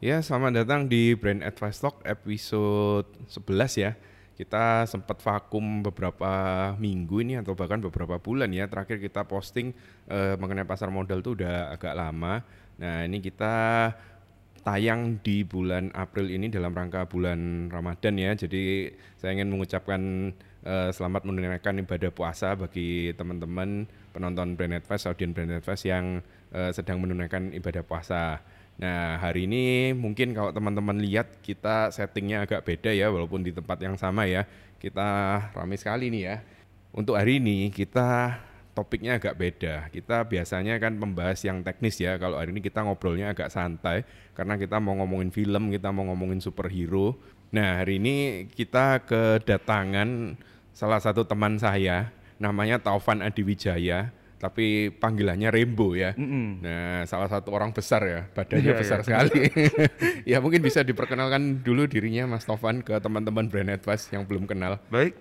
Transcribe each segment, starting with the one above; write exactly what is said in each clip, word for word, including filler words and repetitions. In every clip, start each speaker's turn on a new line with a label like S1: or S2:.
S1: Ya, selamat datang di Brand Advice Talk episode sebelas ya. Kita sempat vakum beberapa minggu ini atau bahkan beberapa bulan ya. Terakhir kita posting eh, mengenai pasar modal tuh udah agak lama. Nah, ini kita tayang di bulan April ini dalam rangka bulan Ramadan ya. Jadi saya ingin mengucapkan eh, selamat menunaikan ibadah puasa bagi teman-teman penonton Brand Advice, audien Brand Advice yang eh, sedang menunaikan ibadah puasa. Nah, hari ini mungkin kalau teman-teman lihat kita settingnya agak beda ya, walaupun di tempat yang sama ya. Kita ramai sekali nih ya. Untuk hari ini kita topiknya agak beda. Kita biasanya kan membahas yang teknis ya. Kalau hari ini kita ngobrolnya agak santai karena kita mau ngomongin film, kita mau ngomongin superhero. Nah, hari ini kita kedatangan salah satu teman saya, namanya Taufan Adiwijaya. Tapi panggilannya Rembo ya. Mm-mm. Nah, salah satu orang besar ya, badannya yeah, besar yeah. sekali. Ya mungkin bisa diperkenalkan dulu dirinya Mas Taufan ke teman-teman Brand Advice yang belum kenal.
S2: Baik.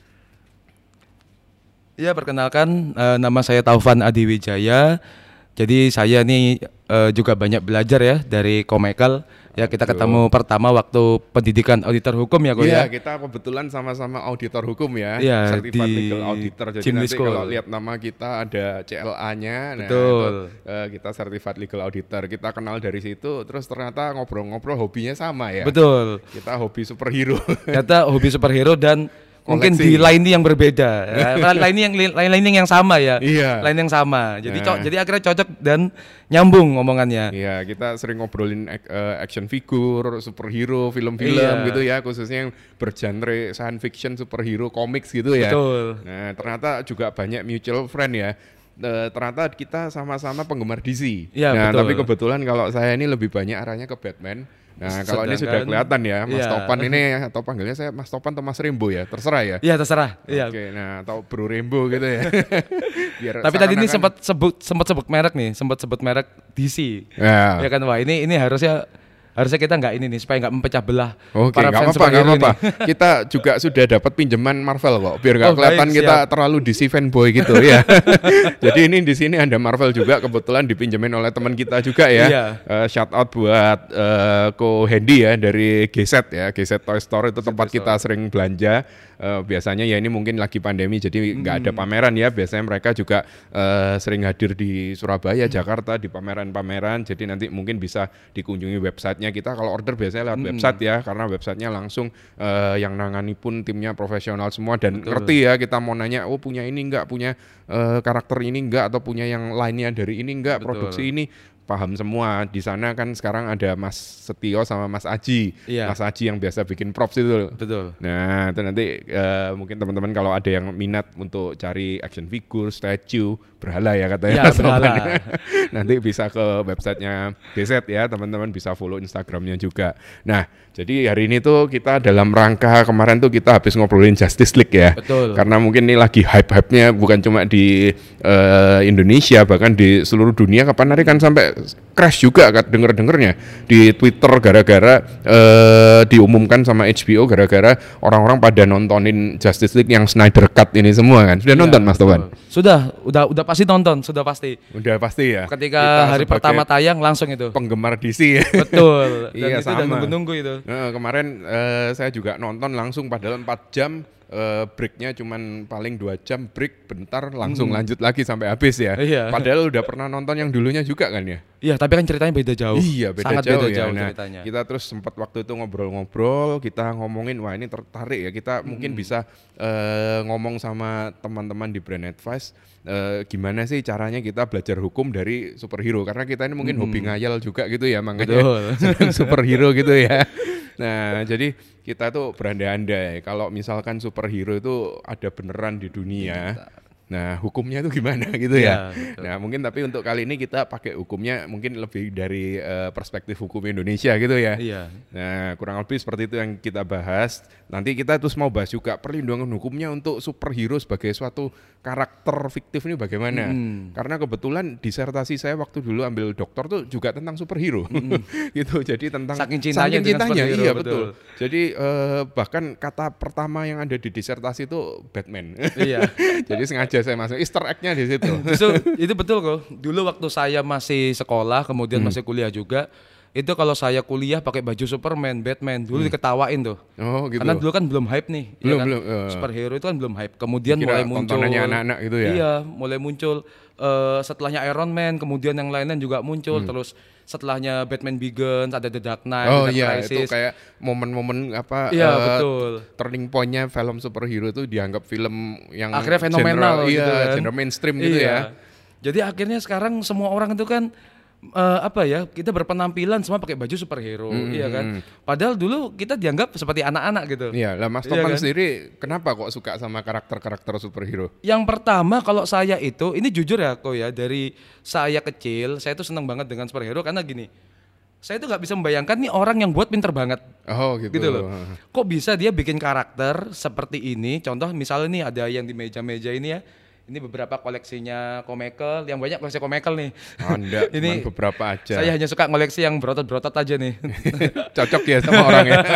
S2: Ya, perkenalkan uh, nama saya Taufan Adiwijaya. Jadi saya nih uh, juga banyak belajar ya dari Komekal. Ya, kita ketemu pertama waktu pendidikan auditor hukum ya, Ko ya.
S1: Iya, kita kebetulan sama-sama auditor hukum ya.
S2: Ya,
S1: Certified legal auditor. Jadi
S2: Jimny
S1: nanti
S2: School.
S1: Kalau lihat nama kita ada C L A-nya. Nah,
S2: betul.
S1: Itu, uh, kita certified legal auditor. Kita kenal dari situ, terus ternyata ngobrol-ngobrol hobinya sama ya.
S2: Betul.
S1: Kita hobi superhero.
S2: Kita hobi superhero dan mungkin di line yang berbeda, ya. line yang line lining yang sama ya,
S1: iya.
S2: line yang sama. Jadi nah. co- jadi akhirnya cocok dan nyambung ngomongannya.
S1: Iya, kita sering ngobrolin uh, action figure, superhero, film-film iya. gitu ya, khususnya yang bergenre science fiction, superhero, comics gitu ya.
S2: Betul.
S1: Nah, ternyata juga banyak mutual friend ya. Uh, ternyata kita sama-sama penggemar D C.
S2: Ya,
S1: nah,
S2: betul.
S1: Tapi kebetulan kalau saya ini lebih banyak arahnya ke Batman. Nah, Sedangkan, kalau ini sudah kelihatan ya, Mas iya. Topan ini atau panggilnya saya Mas Topan atau Mas Rembo ya, terserah ya.
S2: Iya, terserah.
S1: Oke,
S2: iya.
S1: Nah atau Bro Rembo gitu ya.
S2: Biar tapi tadi ini sempat sebut sempat sebut merek nih, sempat sebut merek D C. Ya. Ya kan, wah ini ini harusnya harusnya kita nggak ini nih supaya nggak memecah belah.
S1: Oke,
S2: para
S1: nggak apa-apa, nggak apa-apa. Kita juga sudah dapat pinjaman Marvel kok, biar nggak oh, kelihatan baik, kita siap. terlalu D C fanboy gitu ya. Jadi ini di sini ada Marvel juga, kebetulan dipinjemin oleh teman kita juga ya. Iya. Uh, shout out buat uh, Ko Hendy ya dari G Z ya, G Z Toy Store itu tempat kita sering belanja. Uh, biasanya ya ini mungkin lagi pandemi jadi nggak hmm. ada pameran ya. Biasanya mereka juga uh, sering hadir di Surabaya, hmm. Jakarta di pameran-pameran. Jadi nanti mungkin bisa dikunjungi websitenya. Kita kalau order biasanya lewat hmm. website ya, karena websitenya langsung uh, yang nangani pun timnya profesional semua dan Betul. ngerti ya. Kita mau nanya, oh punya ini enggak, punya uh, karakter ini enggak, atau punya yang lainnya dari ini enggak, Betul. produksi ini. Paham semua. Di sana kan sekarang ada Mas Setio sama Mas Aji. Iya. Mas Aji yang biasa bikin props itu.
S2: Betul.
S1: Nah, itu nanti uh, mungkin teman-teman kalau ada yang minat untuk cari action figure, statue, berhala ya katanya.
S2: Ya, berhala.
S1: Nanti bisa ke websitenya D Z ya, teman-teman bisa follow Instagramnya juga. Nah, jadi hari ini tuh kita dalam rangka kemarin tuh kita habis ngobrolin Justice League ya.
S2: Betul.
S1: Karena mungkin ini lagi hype-hype-nya bukan cuma di uh, Indonesia, bahkan di seluruh dunia. Kapan hari kan sampai crash juga kan denger-dengernya di Twitter gara-gara uh, diumumkan sama H B O gara-gara orang-orang pada nontonin Justice League yang Snyder Cut ini semua kan. Sudah ya, nonton Mas Towan?
S2: Sudah, udah udah pasti nonton, sudah pasti.
S1: Udah pasti ya.
S2: Ketika Kita hari pertama tayang langsung itu.
S1: Penggemar D C ya.
S2: Betul. Dan
S1: iya,
S2: itu udah nunggu-nunggu itu.
S1: Nah, kemarin uh, saya juga nonton langsung padahal empat jam. Uh, breaknya cuman paling dua jam break bentar langsung hmm. lanjut lagi sampai habis ya.
S2: Iya.
S1: Padahal udah pernah nonton yang dulunya juga kan ya.
S2: Iya, tapi kan ceritanya beda jauh.
S1: Iya, beda
S2: Sangat
S1: jauh
S2: beda
S1: ya.
S2: jauh
S1: Nah,
S2: ceritanya.
S1: Kita terus sempat waktu itu ngobrol-ngobrol, kita ngomongin wah ini tertarik ya. Kita hmm. mungkin bisa uh, ngomong sama teman-teman di Brand Advice uh, gimana sih caranya kita belajar hukum dari superhero, karena kita ini mungkin hmm. hobi ngayal juga gitu ya, makanya superhero gitu ya. Nah, jadi kita tuh berandai-andai kalau misalkan superhero itu ada beneran di dunia. Nah, hukumnya itu gimana gitu ya. ya nah, mungkin tapi untuk kali ini kita pakai hukumnya mungkin lebih dari uh, perspektif hukum Indonesia gitu ya.
S2: Iya.
S1: Nah, kurang lebih seperti itu yang kita bahas. Nanti kita terus mau bahas juga perlindungan hukumnya untuk superhero sebagai suatu karakter fiktif ini bagaimana. Hmm. Karena kebetulan disertasi saya waktu dulu ambil doktor tuh juga tentang superhero. Hmm. gitu. Jadi tentang
S2: saking cintanya,
S1: saking cintanya iya
S2: betul.
S1: betul. Jadi uh, bahkan kata pertama yang ada di disertasi itu Batman.
S2: Iya.
S1: Jadi sengaja saya masuk Easter egg-nya di situ.
S2: Justru itu betul kok. Dulu waktu saya masih sekolah, kemudian hmm. masih kuliah juga, itu kalau saya kuliah pakai baju Superman, Batman, dulu
S1: Hmm.
S2: diketawain tuh.
S1: Oh gitu.
S2: Karena dulu kan belum hype nih, ya
S1: Belum,
S2: kan?
S1: belum, eh.
S2: Superhero itu kan belum hype. Kemudian
S1: Dikira
S2: mulai muncul
S1: tontonannya anak-anak gitu ya?
S2: Iya, mulai muncul eh, setelahnya Iron Man, kemudian yang lain-lain juga muncul, terus setelahnya Batman Begins, ada The Dark Knight,
S1: Oh
S2: The Dark
S1: iya,
S2: Crisis.
S1: itu kayak momen-momen apa
S2: Iya,
S1: eh,
S2: betul.
S1: turning point-nya film superhero itu dianggap film yang
S2: Akhirnya fenomenal
S1: genre,
S2: gitu
S1: iya,
S2: kan.
S1: genre mainstream gitu
S2: Iya.
S1: ya.
S2: Jadi akhirnya sekarang semua orang itu kan eh, apa ya, kita berpenampilan semua pakai baju superhero, iya kan. Padahal dulu kita dianggap seperti anak-anak gitu.
S1: Iya, lah Mas
S2: Iya
S1: Topan
S2: kan?
S1: sendiri kenapa kok suka sama karakter-karakter superhero?
S2: Yang pertama kalau saya itu, ini jujur ya kok ya, dari saya kecil saya itu seneng banget dengan superhero karena gini, saya itu nggak bisa membayangkan nih orang yang buat pinter banget.
S1: Oh gitu.
S2: Gitu loh. Kok bisa dia bikin karakter seperti ini? Contoh misalnya nih ada yang di meja-meja ini ya. Ini beberapa koleksinya Comical, yang banyak koleksi Comical nih.
S1: Anda
S2: Ini
S1: cuman beberapa aja.
S2: Saya hanya suka ngoleksi yang berotot-berotot aja nih.
S1: Cocok ya sama orang ya.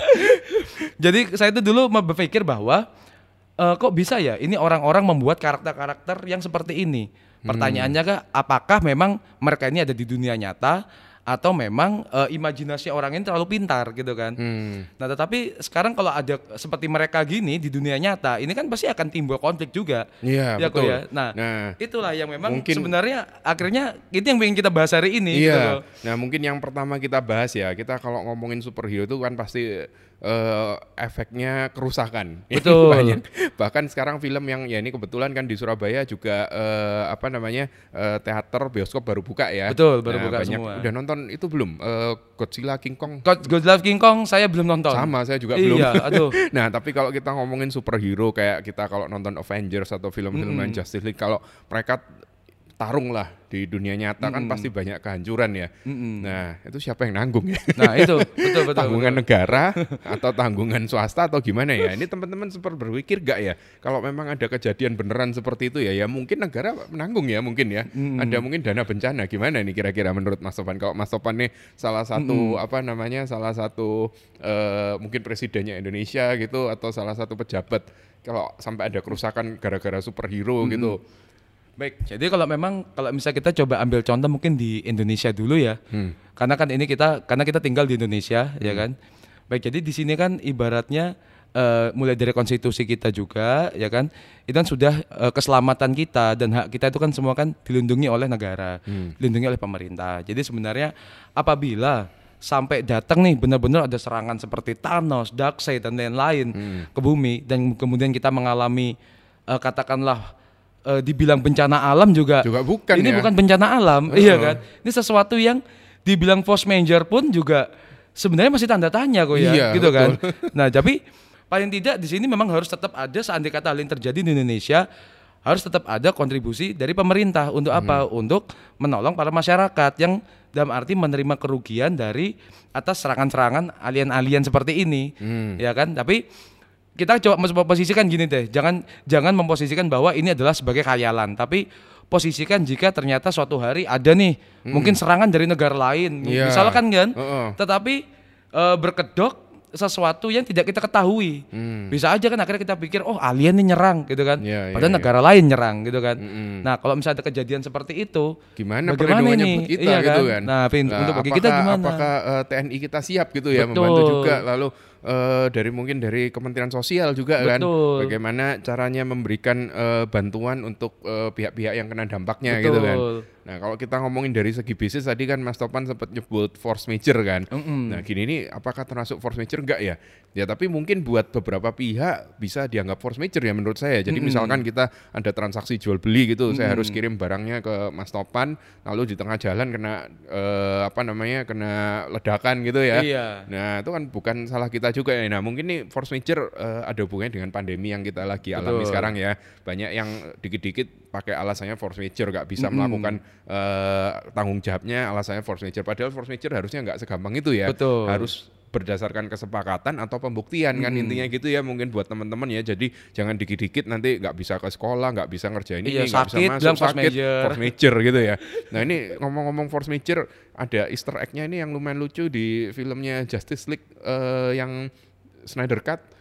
S2: Jadi saya itu dulu berpikir bahwa eh, kok bisa ya ini orang-orang membuat karakter-karakter yang seperti ini. Pertanyaannya kah, apakah memang mereka ini ada di dunia nyata atau memang eh, imajinasi orang ini terlalu pintar gitu kan.
S1: Hmm.
S2: Nah tetapi sekarang kalau ada seperti mereka gini di dunia nyata, ini kan pasti akan timbul konflik juga.
S1: Iya,
S2: Ya,
S1: betul.
S2: Ko, ya? Nah,
S1: Nah,
S2: itulah yang memang
S1: mungkin-
S2: sebenarnya akhirnya itu yang ingin kita bahas hari ini. gitu
S1: Iya.
S2: loh.
S1: Nah, mungkin yang pertama kita bahas ya, kita kalau ngomongin superhero itu kan pasti eh, efeknya kerusakan.
S2: Betul.
S1: Banyak. Bahkan sekarang film yang ya ini kebetulan kan di Surabaya juga eh, apa namanya eh, teater bioskop baru buka ya.
S2: Betul, baru
S1: Nah,
S2: buka
S1: banyak.
S2: semua.
S1: Udah nonton itu belum? Eh, Godzilla King Kong?
S2: God- Godzilla King Kong saya belum nonton.
S1: Sama, saya juga
S2: Iya,
S1: belum.
S2: aduh.
S1: Nah, tapi kalau kita ngomongin superhero kayak kita kalau nonton Avengers atau film-film mm Justice League, kalau mereka tarung lah di dunia nyata kan pasti banyak kehancuran ya. Nah, itu siapa yang nanggung ya?
S2: Nah itu betul betul.
S1: Tanggungan
S2: betul.
S1: negara atau tanggungan swasta atau gimana ya? Ini teman-teman sempat berpikir gak ya? Kalau memang ada kejadian beneran seperti itu ya, ya mungkin negara menanggung ya mungkin ya. Ada mungkin dana bencana gimana nih kira-kira menurut Mas Topan? Kalau Mas Topan nih salah satu apa namanya? Salah satu eh, mungkin presidennya Indonesia gitu atau salah satu pejabat, kalau sampai ada kerusakan gara-gara superhero gitu.
S2: Baik, jadi kalau memang kalau misalnya kita coba ambil contoh mungkin di Indonesia dulu ya,
S1: Hmm.
S2: karena kan ini kita karena kita tinggal di Indonesia ya kan. Baik, jadi di sini kan ibaratnya eh, mulai dari konstitusi kita juga ya kan, itu kan sudah eh, keselamatan kita dan hak kita itu kan semua kan dilindungi oleh negara, dilindungi oleh pemerintah. Jadi sebenarnya apabila sampai datang nih benar-benar ada serangan seperti Thanos, Darkseid dan lain-lain ke bumi dan kemudian kita mengalami eh, katakanlah eh, dibilang bencana alam juga,
S1: Juga bukan
S2: ini
S1: ya?
S2: bukan bencana alam,
S1: Uh-uh.
S2: iya kan? Ini sesuatu yang dibilang force major pun juga sebenarnya masih tanda tanya kok ya,
S1: Iya,
S2: gitu kan?
S1: betul.
S2: Nah, tapi paling tidak di sini memang harus tetap ada seandainya kata hal yang terjadi di Indonesia harus tetap ada kontribusi dari pemerintah untuk apa? Untuk menolong para masyarakat yang dalam arti menerima kerugian dari atas serangan-serangan alien-alien seperti ini, ya kan? Tapi kita coba memposisikan gini deh, jangan jangan memposisikan bahwa ini adalah sebagai khayalan, tapi posisikan jika ternyata suatu hari ada nih mungkin serangan dari negara lain,
S1: Iya.
S2: misalkan kan,
S1: Heeh.
S2: tetapi eh, berkedok sesuatu yang tidak kita ketahui, bisa aja kan akhirnya kita pikir oh alien nih nyerang gitu kan,
S1: Iya, iya,
S2: padahal
S1: iya.
S2: negara lain nyerang gitu kan.
S1: Mm-mm.
S2: Nah kalau misalnya ada kejadian seperti itu,
S1: Gimana
S2: bagaimana
S1: perlindungannya
S2: ini?
S1: buat kita
S2: Iya
S1: gitu
S2: kan?
S1: kan?
S2: Nah, Vin, untuk bagi kita
S1: apakah-
S2: gimana?
S1: Apakah eh, T N I kita siap gitu ya
S2: Betul.
S1: membantu juga, lalu eh, dari mungkin dari Kementerian Sosial juga kan,
S2: Betul.
S1: bagaimana caranya memberikan eh, bantuan untuk eh, pihak-pihak yang kena dampaknya
S2: Betul.
S1: gitu kan. Nah kalau kita ngomongin dari segi bisnis tadi kan Mas Topan sempat nyebut force major kan.
S2: Mm-mm.
S1: Nah gini nih apakah termasuk force major enggak ya? Ya tapi mungkin buat beberapa pihak bisa dianggap force major ya menurut saya. Jadi misalkan kita ada transaksi jual beli gitu, saya harus kirim barangnya ke Mas Topan, lalu di tengah jalan kena eh, apa namanya kena ledakan gitu ya.
S2: Iya.
S1: Nah itu kan bukan salah kita juga ya. Nah mungkin nih force major eh, ada hubungannya dengan pandemi yang kita lagi alami
S2: Betul.
S1: sekarang ya. Banyak yang dikit-dikit pakai alasannya force major, nggak bisa melakukan eh, tanggung jawabnya alasannya force major. Padahal force major harusnya nggak segampang itu ya.
S2: Betul.
S1: Harus berdasarkan kesepakatan atau pembuktian kan intinya gitu ya mungkin buat teman-teman ya. Jadi jangan dikit-dikit nanti nggak bisa ke sekolah, nggak bisa ngerjain
S2: Iya,
S1: ini, nggak bisa
S2: sakit,
S1: masuk,
S2: bilang force
S1: sakit,
S2: major.
S1: force major gitu ya. Nah ini ngomong-ngomong force major, ada Easter egg-nya ini yang lumayan lucu di filmnya Justice League eh, yang Snyder Cut.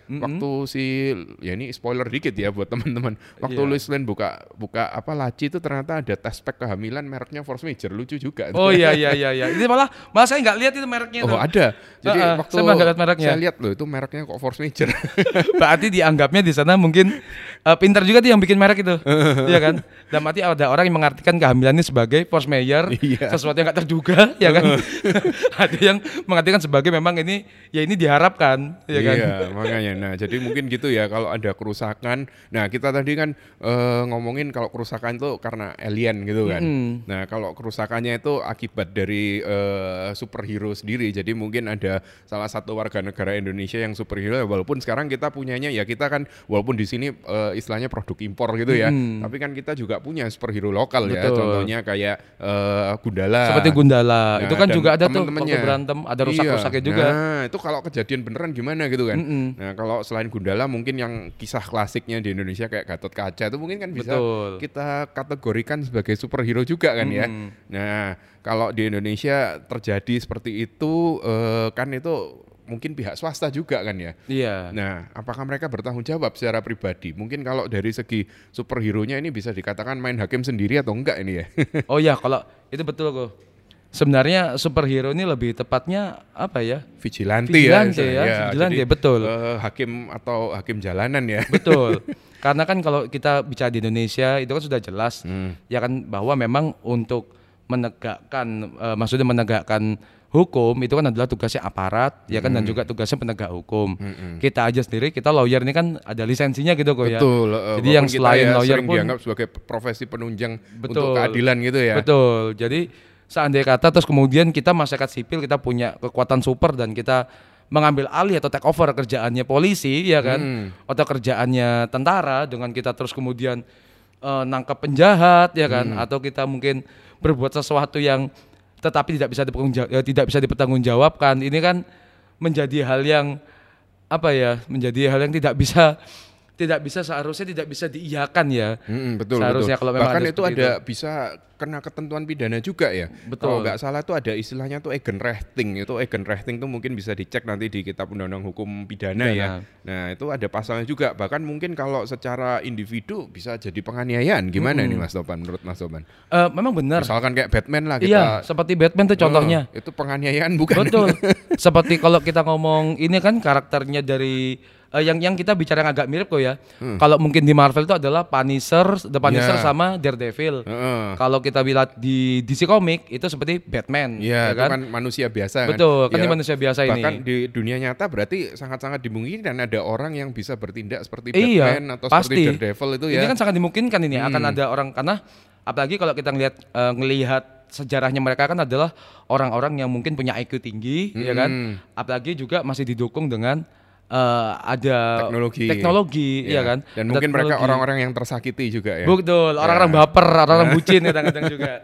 S1: Mm-hmm. Waktu si ya ini spoiler dikit ya buat teman-teman. Waktu yeah. Lois Lane buka buka apa laci itu ternyata ada test pack kehamilan mereknya Force Major, lucu juga.
S2: Oh iya iya iya iya. Ini malah malah saya nggak lihat itu mereknya.
S1: Oh tuh. Ada. Jadi uh, uh, waktu
S2: saya lihat mereknya.
S1: Saya lihat loh itu mereknya kok Force Major.
S2: Berarti dianggapnya di sana mungkin uh, pintar juga tuh yang bikin merek itu. Iya kan? Dan mati ada orang yang mengartikan kehamilan ini sebagai force majeure, iya. sesuatu yang nggak terduga, ya kan? Ada yang mengartikan sebagai memang ini, ya ini diharapkan, ya kan?
S1: Iya, makanya. Nah, jadi mungkin gitu ya kalau ada kerusakan. Nah, kita tadi kan uh, ngomongin kalau kerusakan itu karena alien gitu kan. Mm. Nah, kalau kerusakannya itu akibat dari uh, superhero sendiri. Jadi mungkin ada salah satu warga negara Indonesia yang superhero, walaupun sekarang kita punyanya ya kita kan walaupun di sini uh, istilahnya produk impor gitu ya. Mm. Tapi kan kita juga punya superhero lokal. Betul. Ya. Contohnya kayak uh, Gundala.
S2: Seperti Gundala. Nah, itu kan juga ada tuh waktu berantem, ada rusak-rusaknya
S1: iya.
S2: juga.
S1: Nah, itu kalau kejadian beneran gimana gitu kan. Mm-mm. Nah, kalau selain Gundala mungkin yang kisah klasiknya di Indonesia kayak Gatot Kaca itu mungkin kan bisa Betul. Kita kategorikan sebagai superhero juga kan mm. ya. Nah, kalau di Indonesia terjadi seperti itu uh, kan itu mungkin pihak swasta juga kan ya.
S2: Iya.
S1: Nah, apakah mereka bertanggung jawab secara pribadi? Mungkin kalau dari segi superhero-nya ini bisa dikatakan main hakim sendiri atau enggak ini ya?
S2: Oh ya, kalau itu betul kok. Sebenarnya superhero ini lebih tepatnya apa ya?
S1: Vigilante,
S2: Vigilante ya.
S1: ya.
S2: ya. Vigilante, jadi, betul.
S1: Uh, hakim atau hakim jalanan ya.
S2: Betul. Karena kan kalau kita bicara di Indonesia itu kan sudah jelas hmm. ya kan bahwa memang untuk menegakkan, uh, maksudnya menegakkan hukum itu kan adalah tugasnya aparat mm. ya kan dan juga tugasnya penegak hukum. Mm-hmm. Kita aja sendiri, kita lawyer ini kan ada lisensinya gitu kok ya.
S1: Betul.
S2: Jadi yang selain
S1: ya
S2: lawyer pun
S1: dianggap sebagai profesi penunjang
S2: betul,
S1: untuk keadilan gitu ya.
S2: Betul. Jadi seandainya kata terus kemudian kita masyarakat sipil kita punya kekuatan super dan kita mengambil alih atau take over kerjaannya polisi ya kan mm. atau kerjaannya tentara dengan kita terus kemudian uh, nangkap penjahat ya kan mm. atau kita mungkin berbuat sesuatu yang tetapi tidak bisa dipertanggungjawab, tidak bisa dipertanggungjawabkan. Ini kan menjadi hal yang apa ya? Menjadi hal yang tidak bisa tidak bisa seharusnya tidak bisa diiyakan ya.
S1: Hmm, betul.
S2: Seharusnya
S1: betul.
S2: kalau memang
S1: bahkan
S2: ada
S1: itu ada
S2: itu.
S1: bisa kena ketentuan pidana juga ya.
S2: Betul.
S1: Kalau nggak salah itu ada istilahnya tuh Eigenrechting. Itu Eigenrechting tuh mungkin bisa dicek nanti di Kitab Undang-Undang Hukum Pidana ya. ya. Nah itu ada pasalnya juga. Bahkan mungkin kalau secara individu bisa jadi penganiayaan. Gimana hmm. nih Mas Topan? Menurut Mas Topan?
S2: Uh, memang benar.
S1: Misalkan kayak Batman lah kita.
S2: Iya, seperti Batman tuh contohnya.
S1: Oh, itu penganiayaan bukan?
S2: Betul. Seperti kalau kita ngomong ini kan karakternya dari Uh, yang yang kita bicara yang agak mirip kok ya. Hmm. Kalau mungkin di Marvel itu adalah Punisher, The Punisher yeah. sama Daredevil. Uh. Kalau kita lihat di D C Comic itu seperti Batman.
S1: Yeah,
S2: ya kan?
S1: Itu kan manusia biasa.
S2: Betul,
S1: kan,
S2: kan
S1: ya,
S2: ini manusia biasa
S1: bahkan
S2: ini.
S1: Bahkan di dunia nyata berarti sangat-sangat dimungkinkan ada orang yang bisa bertindak seperti
S2: iya,
S1: Batman atau
S2: pasti.
S1: seperti Daredevil itu ya.
S2: Ini kan sangat dimungkinkan ini hmm. akan ada orang karena apalagi kalau kita ngelihat uh, ngelihat sejarahnya mereka kan adalah orang-orang yang mungkin punya I Q tinggi, hmm. ya kan. Apalagi juga masih didukung dengan Uh, ada
S1: teknologi,
S2: teknologi ya. ya kan.
S1: Dan
S2: ada
S1: mungkin
S2: teknologi.
S1: mereka orang-orang yang tersakiti juga ya.
S2: Betul, orang-orang ya. baper, orang-orang bucin kadang-kadang juga.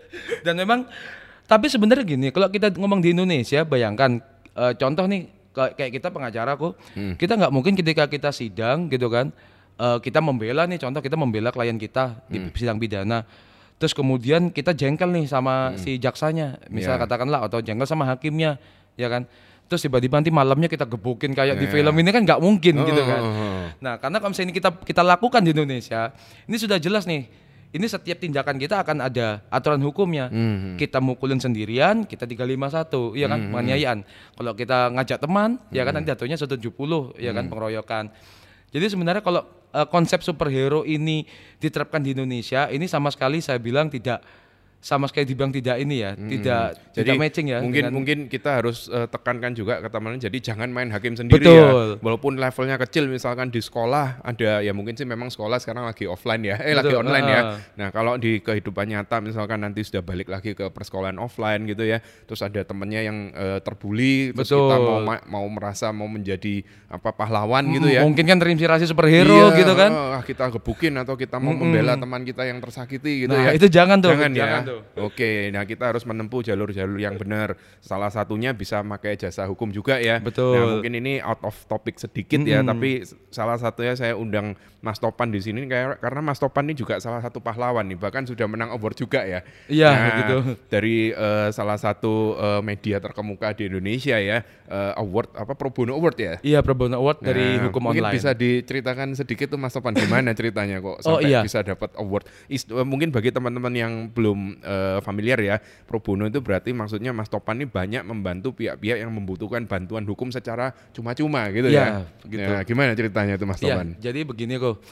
S2: Dan memang, tapi sebenarnya gini, kalau kita ngomong di Indonesia, bayangkan uh, contoh nih kayak kita pengacara kok, hmm. kita nggak mungkin ketika kita sidang gitu kan, uh, kita membela nih, contoh kita membela klien kita di hmm. sidang pidana. Terus kemudian kita jengkel nih sama hmm. si jaksanya, misal yeah. katakanlah, atau jengkel sama hakimnya, ya kan. Terus tiba-tiba nanti malamnya kita gebukin kayak yeah. di film ini kan nggak mungkin oh, gitu kan. Oh, oh. Nah karena kalau misalnya ini kita kita lakukan di Indonesia, ini sudah jelas nih. Ini setiap tindakan kita akan ada aturan hukumnya. Mm-hmm. Kita mukulin sendirian, kita tiga lima satu, ya kan, mm-hmm. penganiayaan. Kalau kita ngajak teman, mm-hmm. ya kan nanti jatuhnya seratus tujuh puluh, ya kan, mm-hmm. pengeroyokan. Jadi sebenarnya kalau uh, konsep superhero ini diterapkan di Indonesia, ini sama sekali saya bilang tidak sama sekali dibilang tidak ini ya, hmm. tidak
S1: jadi
S2: tidak matching ya.
S1: Mungkin
S2: dengan...
S1: mungkin kita harus uh, tekankan juga ke teman-teman. Jadi jangan main hakim sendiri.
S2: Betul.
S1: Ya. Walaupun levelnya kecil, misalkan di sekolah ada ya mungkin sih memang sekolah sekarang lagi offline ya, eh Betul. lagi online uh. ya. Nah kalau di kehidupan nyata misalkan nanti sudah balik lagi ke persekolahan offline gitu ya, terus ada temennya yang uh, terbuli, terus
S2: Betul.
S1: kita mau mau merasa mau menjadi apa pahlawan
S2: hmm,
S1: gitu ya.
S2: Mungkin kan terinspirasi superhero
S1: iya,
S2: gitu kan.
S1: Uh, kita gebukin atau kita mau hmm. membela teman kita yang tersakiti gitu
S2: nah,
S1: ya.
S2: Itu jangan tuh.
S1: Jangan,
S2: jangan
S1: ya.
S2: Tuh. gitu.
S1: Oke, nah kita harus menempuh jalur-jalur yang benar. Salah satunya bisa pakai jasa hukum juga ya.
S2: Betul.
S1: Nah, mungkin ini out of topic sedikit
S2: Mm-mm.
S1: ya, tapi salah satunya saya undang Mas Topan di sini kayak- karena Mas Topan ini juga salah satu pahlawan nih, bahkan sudah menang award juga ya.
S2: Iya,
S1: nah,
S2: begitu.
S1: Dari uh, salah satu uh, media terkemuka di Indonesia ya, uh, award apa Pro Bono Award ya.
S2: Iya, Pro Bono Award dari
S1: Nah,
S2: hukum
S1: mungkin
S2: online.
S1: bisa diceritakan sedikit tuh Mas Topan gimana ceritanya kok
S2: Oh,
S1: sampai
S2: iya.
S1: bisa dapat award. Is, uh, mungkin bagi teman-teman yang belum uh, familiar ya, Pro Bono itu berarti maksudnya Mas Topan ini banyak membantu pihak-pihak yang membutuhkan bantuan hukum secara cuma-cuma gitu
S2: Iya,
S1: ya.
S2: gitu.
S1: Nah, gimana ceritanya itu Mas
S2: Iya,
S1: Topan?
S2: jadi begini kok.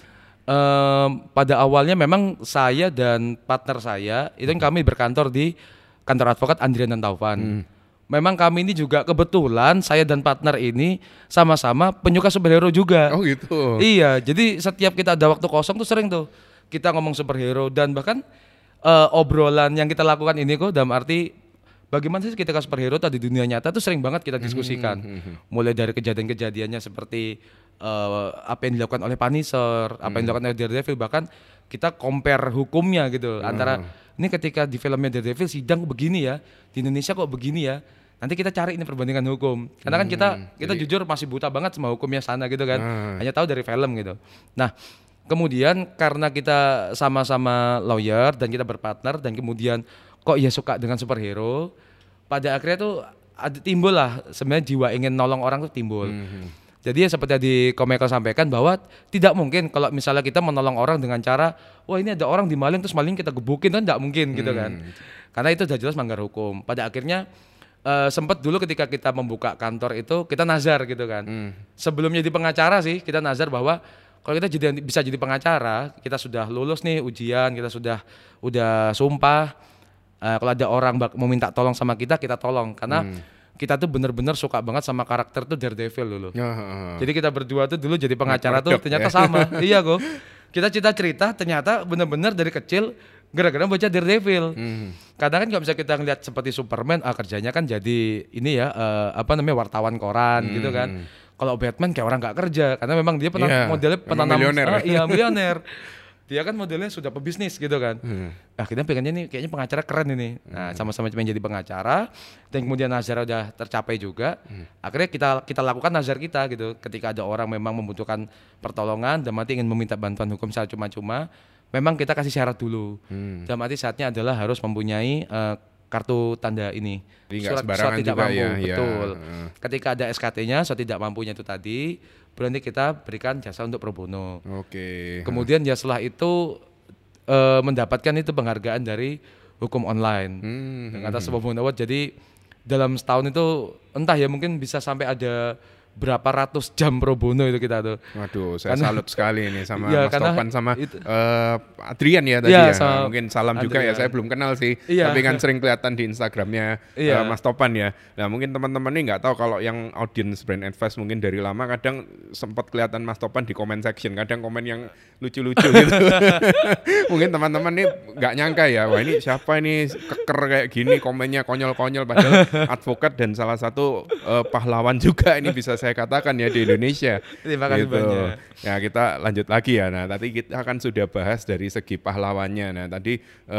S2: Ehm, pada awalnya memang saya dan partner saya itu kan kami berkantor di kantor advokat Andrian dan Taufan.
S1: Hmm.
S2: Memang kami ini juga kebetulan saya dan partner ini sama-sama penyuka superhero juga.
S1: Oh gitu.
S2: Iya, jadi setiap kita ada waktu kosong tuh sering tuh kita ngomong superhero dan bahkan eh, obrolan yang kita lakukan ini kok dalam arti bagaimana sih kita ke superhero tadi di dunia nyata tuh sering banget kita diskusikan. Mulai dari kejadian-kejadiannya seperti eh, apa yang dilakukan oleh Punisher, apa yang dilakukan oleh Daredevil, bahkan kita compare hukumnya gitu antara ini ketika di filmnya Daredevil sidang kok begini ya, di Indonesia kok begini ya. Nanti kita cari ini perbandingan hukum. Karena kan kita kita
S1: jadi-
S2: jujur masih buta banget sama hukumnya sana gitu kan.
S1: Ah.
S2: Hanya tahu dari film gitu. Nah, kemudian karena kita sama-sama lawyer dan kita berpartner dan kemudian kok ya suka dengan superhero, pada akhirnya tuh ada timbul lah sebenarnya jiwa ingin nolong orang tuh timbul. Jadi ya seperti tadi Komeko sampaikan bahwa tidak mungkin kalau misalnya kita menolong orang dengan cara wah ini ada orang di maling terus maling kita gebukin kan tidak mungkin gitu kan. Karena itu sudah jelas melanggar hukum. Pada akhirnya eh, sempat dulu ketika kita membuka kantor itu kita nazar gitu kan. Sebelum jadi pengacara sih kita nazar bahwa kalau kita jadi bisa jadi pengacara, kita sudah lulus nih ujian, kita sudah udah sumpah. Eh, kalau ada orang bak- mau minta tolong sama kita, kita tolong karena kita tuh bener-bener suka banget sama karakter tuh Daredevil dulu.
S1: Ya, heeh.
S2: Jadi kita berdua tuh dulu jadi pengacara tuh
S1: Merdok,
S2: ternyata
S1: ya.
S2: sama. Iya kok. Kita cerita-cerita ternyata bener-bener dari kecil gara-gara baca Daredevil. Kadang kan nggak bisa kita ngeliat seperti Superman, ah kerjanya kan jadi ini ya eh, apa namanya wartawan koran gitu kan. Kalau Batman kayak orang nggak kerja karena memang dia pernah
S1: Iya,
S2: modelnya
S1: memang
S2: penanam
S1: milioner.
S2: ah, iya milioner. Dia kan modelnya sudah pebisnis gitu kan. Nah kita pengennya nih kayaknya pengacara keren ini. Nah sama-sama cuma jadi pengacara dan kemudian nazar udah tercapai juga. Akhirnya kita kita lakukan nazar kita gitu. Ketika ada orang memang membutuhkan pertolongan dan mati ingin meminta bantuan hukum secara cuma-cuma, memang kita kasih syarat dulu. Dalam arti syaratnya adalah harus mempunyai eh, kartu tanda ini.
S1: Jadi nggak sembarangan
S2: tidak
S1: juga
S2: mampu,
S1: ya, ya.
S2: betul.
S1: Heeh.
S2: Ketika ada S K T-nya, surat tidak mampunya itu tadi, berarti kita berikan jasa untuk pro bono.
S1: Oke.
S2: Kemudian ya setelah itu eh, mendapatkan itu penghargaan dari hukum online
S1: Hmm,
S2: dengan atas sebuah award. Jadi dalam setahun itu entah ya mungkin bisa sampai ada berapa ratus jam pro bono itu kita tuh.
S1: Waduh, saya
S2: Karena-
S1: salut sekali nih sama
S2: Iya,
S1: Mas
S2: karena
S1: Topan sama
S2: itu-
S1: eh, Adrian ya tadi
S2: Iya,
S1: ya.
S2: sama
S1: Mungkin salam juga ya,
S2: Adrian.
S1: saya belum kenal sih.
S2: Iya.
S1: Tapi kan sering kelihatan di Instagramnya eh,
S2: Iya.
S1: Mas Topan ya. Nah mungkin teman-teman ini nggak tahu kalau yang audience Brand Advice mungkin dari lama kadang sempat kelihatan Mas Topan di comment section. Kadang komen yang lucu-lucu gitu. Mungkin teman-teman ini nggak nyangka ya, wah ini siapa ini keker kayak gini komennya konyol-konyol. Padahal advokat dan salah satu eh, pahlawan juga ini bisa saya katakan ya di Indonesia.
S2: Terima kasih banyak.
S1: Ya kita lanjut lagi ya. Nah tadi kita kan sudah bahas dari segi pahlawannya. Nah tadi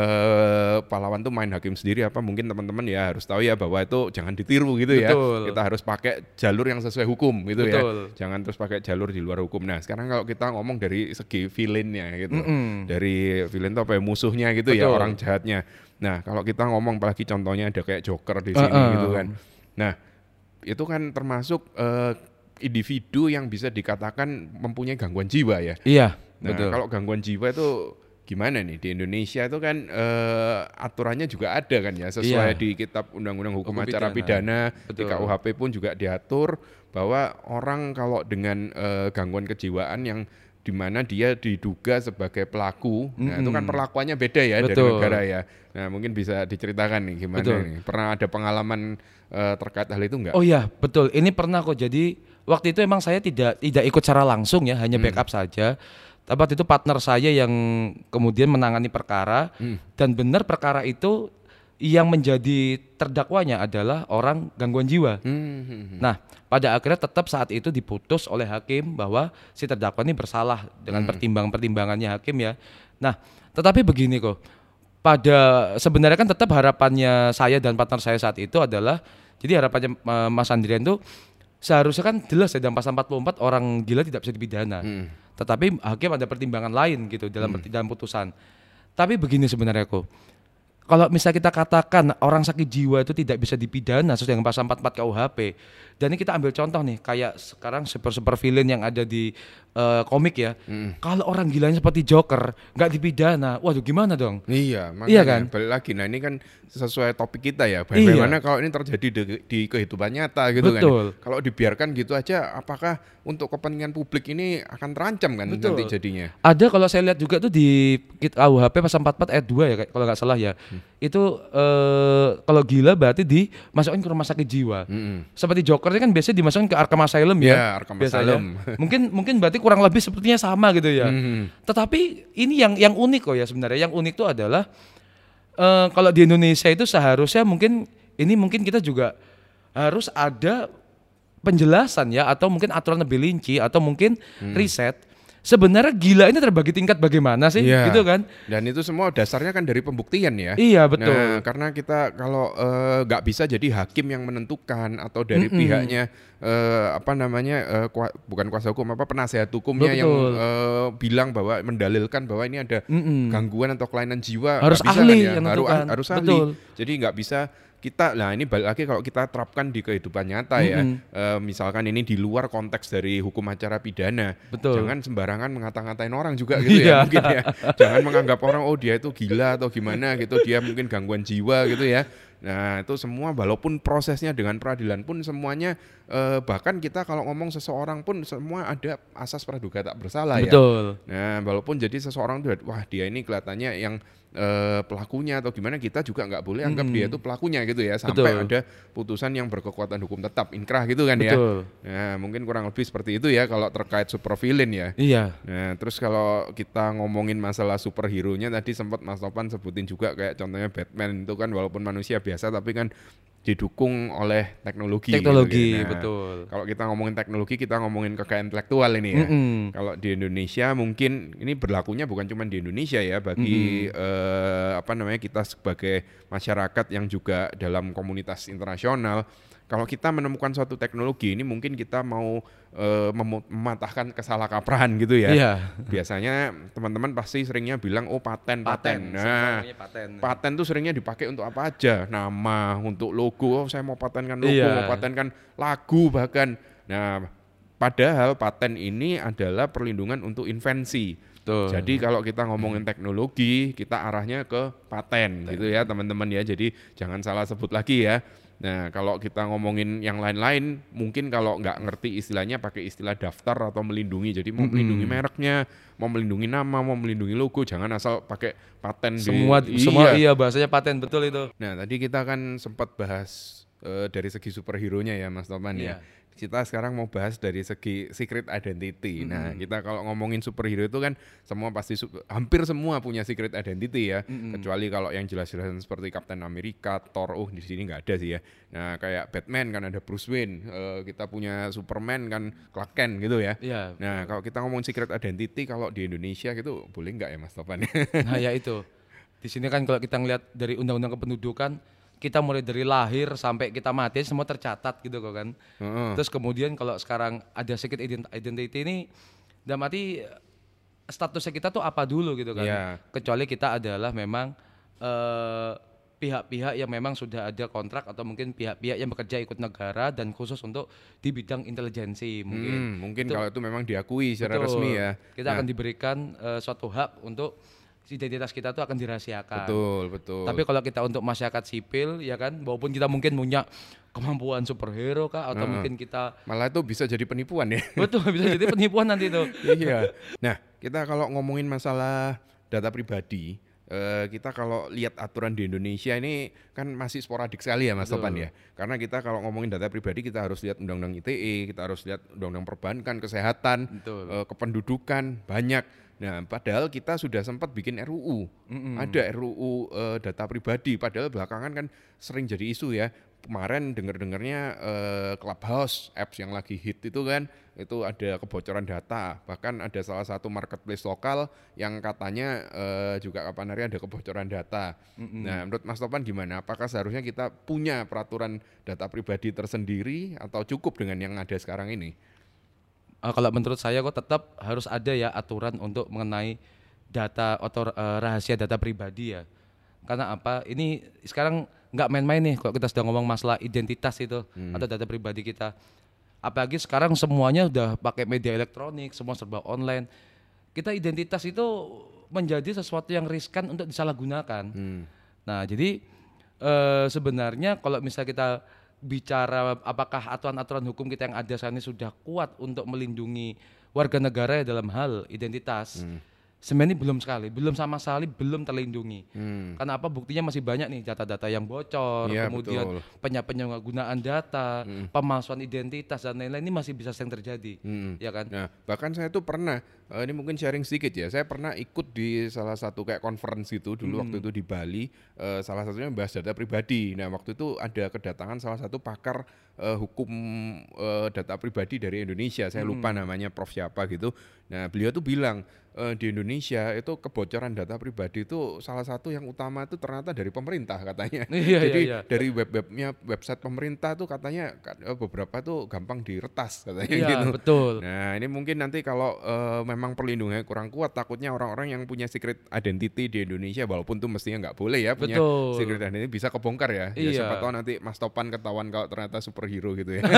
S1: eh, pahlawan tuh main hakim sendiri apa? Mungkin teman-teman ya harus tahu ya bahwa itu jangan ditiru gitu ya.
S2: Betul.
S1: Kita harus pakai jalur yang sesuai hukum gitu
S2: Betul.
S1: ya. Jangan terus pakai jalur di luar hukum. Nah sekarang kalau kita ngomong dari segi villainnya gitu,
S2: Mm-mm.
S1: dari villain itu apa ya musuhnya gitu ya,
S2: Betul.
S1: orang jahatnya. Nah kalau kita ngomong apalagi contohnya ada kayak Joker di sini
S2: Uh-uh.
S1: gitu kan. Nah itu kan termasuk eh, individu yang bisa dikatakan mempunyai gangguan jiwa ya.
S2: Iya,
S1: Nah,
S2: betul.
S1: kalau gangguan jiwa itu gimana nih di Indonesia itu kan eh, aturannya juga ada kan ya sesuai
S2: Iya.
S1: di Kitab Undang-Undang Hukum,
S2: Hukum
S1: Acara
S2: Pidana.
S1: Pidana, di
S2: Betul.
S1: K U H P pun juga diatur bahwa orang kalau dengan eh, gangguan kejiwaan yang di mana dia diduga sebagai pelaku, nah itu kan perlakuannya beda ya dari
S2: Betul.
S1: negara ya. Nah mungkin bisa diceritakan nih gimana
S2: Betul.
S1: nih, pernah ada pengalaman eh, terkait hal itu enggak?
S2: Oh iya, betul. Ini pernah kok. Jadi waktu itu emang saya tidak tidak ikut secara langsung ya, hanya backup saja. Tapi waktu itu partner saya yang kemudian menangani perkara dan benar perkara itu yang menjadi terdakwanya adalah orang gangguan jiwa.
S1: Hmm, hmm, hmm.
S2: Nah, pada akhirnya tetap saat itu diputus oleh hakim bahwa si terdakwa ini bersalah dengan pertimbang-pertimbangannya hakim ya. Nah, tetapi begini kok, pada sebenarnya kan tetap harapannya saya dan partner saya saat itu adalah, jadi harapannya uh, Mas Andrian tuh seharusnya kan jelas ya dalam pasal empat puluh empat orang gila tidak bisa dipidana. Hmm. Tetapi hakim ada pertimbangan lain gitu dalam hmm. dalam putusan. Tapi begini sebenarnya kok. Kalau misalnya kita katakan orang sakit jiwa itu tidak bisa dipidana sesuai dengan pasal empat puluh empat K U H P. Dan ini kita ambil contoh nih, kayak sekarang super-super villain yang ada di uh, komik ya. Mm. Kalau orang gilanya seperti Joker, nggak dipidana, waduh gimana dong?
S1: Iya, makanya
S2: iya kan?
S1: Balik lagi, nah ini kan sesuai topik kita ya. Bagaimana iya. kalau ini terjadi di, di kehidupan nyata gitu. Betul. Kan? Kalau dibiarkan gitu aja, apakah untuk kepentingan publik ini akan terancam kan? Betul. Nanti jadinya?
S2: Ada, kalau saya lihat juga tuh di K U H P pasal empat puluh empat ayat dua ya, kalau nggak salah ya. Hmm. Itu uh, kalau gila berarti dimasukkan ke rumah sakit jiwa. Hmm. Seperti Joker ini kan biasanya dimasukkan ke Arkham Asylum ya.
S1: Ya, Arkham Asylum.
S2: mungkin mungkin berarti kurang lebih sepertinya sama gitu ya. Hmm. Tetapi ini yang yang unik kok ya sebenarnya. Yang unik itu adalah uh, kalau di Indonesia itu seharusnya mungkin ini mungkin kita juga harus ada penjelasan ya, atau mungkin aturan lebih rinci, atau mungkin hmm. riset. Sebenarnya gila ini terbagi tingkat bagaimana sih, yeah. gitu kan?
S1: Dan itu semua dasarnya kan dari pembuktian ya.
S2: Iya betul.
S1: Nah, karena kita kalau nggak uh, bisa jadi hakim yang menentukan, atau dari Mm-mm. pihaknya uh, apa namanya uh, kua- bukan kuasa hukum, apa penasihat hukumnya betul. yang uh, bilang bahwa mendalilkan bahwa ini ada Mm-mm. gangguan atau kelainan jiwa,
S2: harus
S1: bisa
S2: ahli
S1: kan ya,
S2: yang
S1: harus harus ahli.
S2: Betul.
S1: Jadi nggak bisa kita, nah ini balik lagi kalau kita terapkan di kehidupan nyata ya, mm-hmm. e, misalkan ini di luar konteks dari hukum acara pidana, betul. Jangan sembarangan mengata-ngatain orang juga gitu ya, mungkin ya, jangan menganggap orang oh dia itu gila atau gimana gitu, dia mungkin gangguan jiwa gitu ya. Nah itu semua walaupun prosesnya dengan peradilan pun semuanya eh, bahkan kita kalau ngomong seseorang pun semua ada asas praduga tak bersalah. Betul. Ya. Nah walaupun jadi seseorang tuh wah dia ini kelihatannya yang eh, pelakunya atau gimana, kita juga nggak boleh anggap hmm. dia itu pelakunya gitu ya sampai Betul. ada putusan yang berkekuatan hukum tetap inkrah gitu kan. Betul. Ya. Nah mungkin kurang lebih seperti itu ya kalau terkait supervillain ya. Iya. Nah terus kalau kita ngomongin masalah superhero-nya tadi sempat Mas Topan sebutin juga kayak contohnya Batman itu kan walaupun manusia biasa tapi kan didukung oleh teknologi.
S2: Teknologi,
S1: gitu. Nah, betul. Kalau kita ngomongin teknologi, kita ngomongin kekayaan intelektual ini ya. Mm-hmm. Kalau di Indonesia mungkin ini berlakunya bukan cuma di Indonesia ya, bagi mm-hmm. eh, apa namanya kita sebagai masyarakat yang juga dalam komunitas internasional. Kalau kita menemukan suatu teknologi ini mungkin kita mau uh, mem- mematahkan kesalahkaprahan gitu ya. Iya. Biasanya teman-teman pasti seringnya bilang oh paten, paten. paten. Nah, paten. paten tuh seringnya dipakai untuk apa aja? Nama, untuk logo. Oh, saya mau patenkan logo, iya. mau patenkan lagu bahkan. Nah, padahal paten ini adalah perlindungan untuk invensi. Tuh. Jadi kalau kita ngomongin teknologi, kita arahnya ke paten gitu ya, teman-teman ya. Jadi jangan salah sebut lagi ya. Nah kalau kita ngomongin yang lain-lain, mungkin kalau nggak ngerti istilahnya pakai istilah daftar atau melindungi. Jadi mau melindungi mm-hmm. mereknya, mau melindungi nama, mau melindungi logo, jangan asal pakai paten.
S2: Semua, di, semua iya. iya bahasanya paten, betul itu.
S1: Nah tadi kita kan sempat bahas uh, dari segi superhero-nya ya Mas Topan yeah. ya. Kita sekarang mau bahas dari segi secret identity. Mm-hmm. Nah, kita kalau ngomongin superhero itu kan semua pasti hampir semua punya secret identity ya. Mm-hmm. Kecuali kalau yang jelas-jelas seperti Captain America, Thor, oh di sini nggak ada sih ya. Nah, kayak Batman kan ada Bruce Wayne, uh, kita punya Superman kan Clark Kent gitu ya. Yeah. Nah, kalau kita ngomongin secret identity kalau di Indonesia gitu boleh nggak ya Mas Topan?
S2: Nah, ya itu. Di sini kan kalau kita ngelihat dari undang-undang kependudukan, kita mulai dari lahir sampai kita mati semua tercatat gitu kok kan. Uh-huh. Terus kemudian kalau sekarang ada secret identity ini, dalam arti statusnya kita tuh apa dulu gitu kan. Yeah. Kecuali kita adalah memang uh, pihak-pihak yang memang sudah ada kontrak atau mungkin pihak-pihak yang bekerja ikut negara dan khusus untuk di bidang intelijensi mungkin.
S1: Hmm, mungkin itu, kalau itu memang diakui secara betul, resmi ya.
S2: Kita nah. akan diberikan uh, suatu hak untuk identitas kita tuh akan dirahasiakan.
S1: Betul, betul.
S2: Tapi kalau kita untuk masyarakat sipil ya kan, walaupun kita mungkin punya kemampuan superhero kah atau nah, mungkin kita
S1: malah itu bisa jadi penipuan ya.
S2: Betul, bisa jadi penipuan nanti itu.
S1: Iya. Nah, kita kalau ngomongin masalah data pribadi, eh, kita kalau lihat aturan di Indonesia ini kan masih sporadik sekali ya Mas Topan ya. Karena kita kalau ngomongin data pribadi kita harus lihat undang-undang I T E, kita harus lihat undang-undang perbankan, kesehatan, eh, kependudukan, banyak. Nah, padahal kita sudah sempat bikin R U U. Mm-hmm. Ada R U U uh, data pribadi, padahal belakangan kan sering jadi isu ya. Kemarin dengar-dengarnya uh, Clubhouse, apps yang lagi hit itu kan, itu ada kebocoran data. Bahkan ada salah satu marketplace lokal yang katanya uh, juga kapan hari ada kebocoran data. Mm-hmm. Nah, menurut Mas Topan gimana? Apakah seharusnya kita punya peraturan data pribadi tersendiri atau cukup dengan yang ada sekarang ini?
S2: Uh, kalau menurut saya kok tetap harus ada ya aturan untuk mengenai data atau uh, rahasia data pribadi ya. Karena apa? Ini sekarang nggak main-main nih kalau kita sudah ngomong masalah identitas itu hmm. atau data pribadi kita. Apalagi sekarang semuanya udah pakai media elektronik, semua serba online. Kita identitas itu menjadi sesuatu yang riskan untuk disalahgunakan. Hmm. Nah, jadi uh, sebenarnya kalau misalnya kita bicara apakah aturan-aturan hukum kita yang ada saat ini sudah kuat untuk melindungi warga negara dalam hal identitas, hmm. sebenarnya belum sekali, belum sama sekali belum terlindungi. Hmm. Karena apa? Buktinya masih banyak nih data-data yang bocor, ya, kemudian penyalahgunaan data, hmm. pemalsuan identitas dan lain-lain ini masih bisa sering terjadi, hmm. ya kan?
S1: Nah, bahkan saya tuh pernah, uh, ini mungkin sharing sedikit ya, saya pernah ikut di salah satu kayak conference itu dulu hmm. waktu itu di Bali, uh, salah satunya membahas data pribadi. Nah, waktu itu ada kedatangan salah satu pakar uh, hukum uh, data pribadi dari Indonesia, saya hmm. lupa namanya Prof siapa gitu. Nah, beliau tuh bilang uh, di Indonesia itu kebocoran data pribadi itu salah satu yang utama itu ternyata dari pemerintah katanya.
S2: Iya,
S1: Jadi
S2: iya, iya.
S1: dari web-webnya website pemerintah tuh katanya beberapa tuh gampang diretas katanya
S2: iya,
S1: gitu.
S2: Betul.
S1: Nah, ini mungkin nanti kalau uh, memang perlindungannya kurang kuat, takutnya orang-orang yang punya secret identity di Indonesia, walaupun tuh mestinya nggak boleh ya punya
S2: betul.
S1: secret identity, bisa kebongkar ya.
S2: Iya.
S1: Ya siapa tahu nanti Mas Topan ketahuan kalau ternyata superhero gitu ya.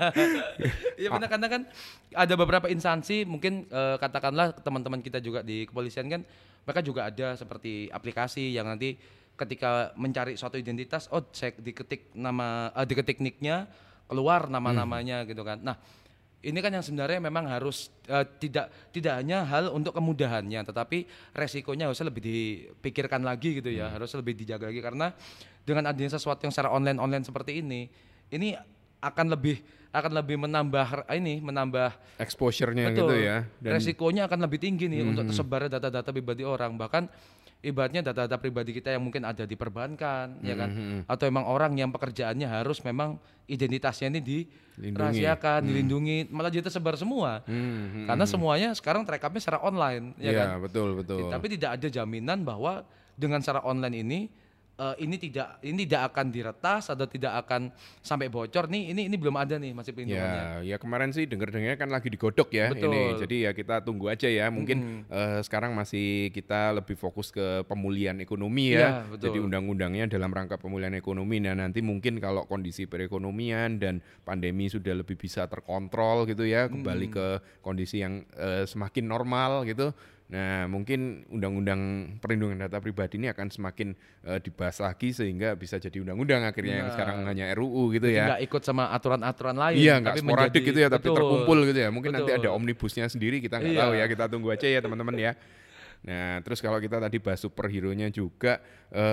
S2: Iya benar, karena kan ada beberapa instansi mungkin uh, katakanlah teman-teman kita juga di kepolisian kan, mereka juga ada seperti aplikasi yang nanti ketika mencari suatu identitas, oh cek diketik nama, uh, diketik nicknya, keluar nama-namanya hmm. gitu kan. Nah, ini kan yang sebenarnya memang harus uh, tidak tidak hanya hal untuk kemudahannya, tetapi resikonya harusnya lebih dipikirkan lagi gitu ya, hmm. harus lebih dijaga lagi, karena dengan adanya sesuatu yang secara online-online seperti ini, ini akan lebih akan lebih menambah ini menambah
S1: exposure-nya
S2: betul,
S1: gitu ya.
S2: Dan resikonya akan lebih tinggi nih hmm. untuk tersebarnya data-data pribadi orang, bahkan ibaratnya data-data pribadi kita yang mungkin ada di perbankan, hmm. ya kan, atau emang orang yang pekerjaannya harus memang identitasnya ini dirahasiakan, hmm. dilindungi, malah jadi tersebar semua, hmm. karena semuanya sekarang terekamnya secara online, ya, ya kan.
S1: Betul betul.
S2: Tapi tidak ada jaminan bahwa dengan secara online ini Uh, ini tidak ini tidak akan diretas atau tidak akan sampai bocor nih, ini ini belum ada nih masih pelindungannya.
S1: Ya, ya kemarin sih dengar-dengarnya kan lagi digodok ya. Betul. Ini. Jadi ya kita tunggu aja ya. Mungkin mm-hmm. uh, sekarang masih kita lebih fokus ke pemulihan ekonomi ya. ya Jadi undang-undangnya dalam rangka pemulihan ekonomi. Nah, nanti mungkin kalau kondisi perekonomian dan pandemi sudah lebih bisa terkontrol gitu ya, kembali mm. ke kondisi yang uh, semakin normal gitu. Nah, mungkin undang-undang perlindungan data pribadi ini akan semakin uh, dibahas lagi sehingga bisa jadi undang-undang akhirnya nah, yang sekarang hanya R U U gitu ya.
S2: Nggak ikut sama aturan-aturan lain.
S1: Iya, nggak sporadik
S2: menjadi,
S1: gitu ya, tapi
S2: betul,
S1: terkumpul gitu ya. Mungkin
S2: betul.
S1: nanti ada omnibusnya sendiri, kita nggak iya. tahu ya. Kita tunggu aja ya teman-teman ya. Nah, terus kalau kita tadi bahas superhero-nya juga,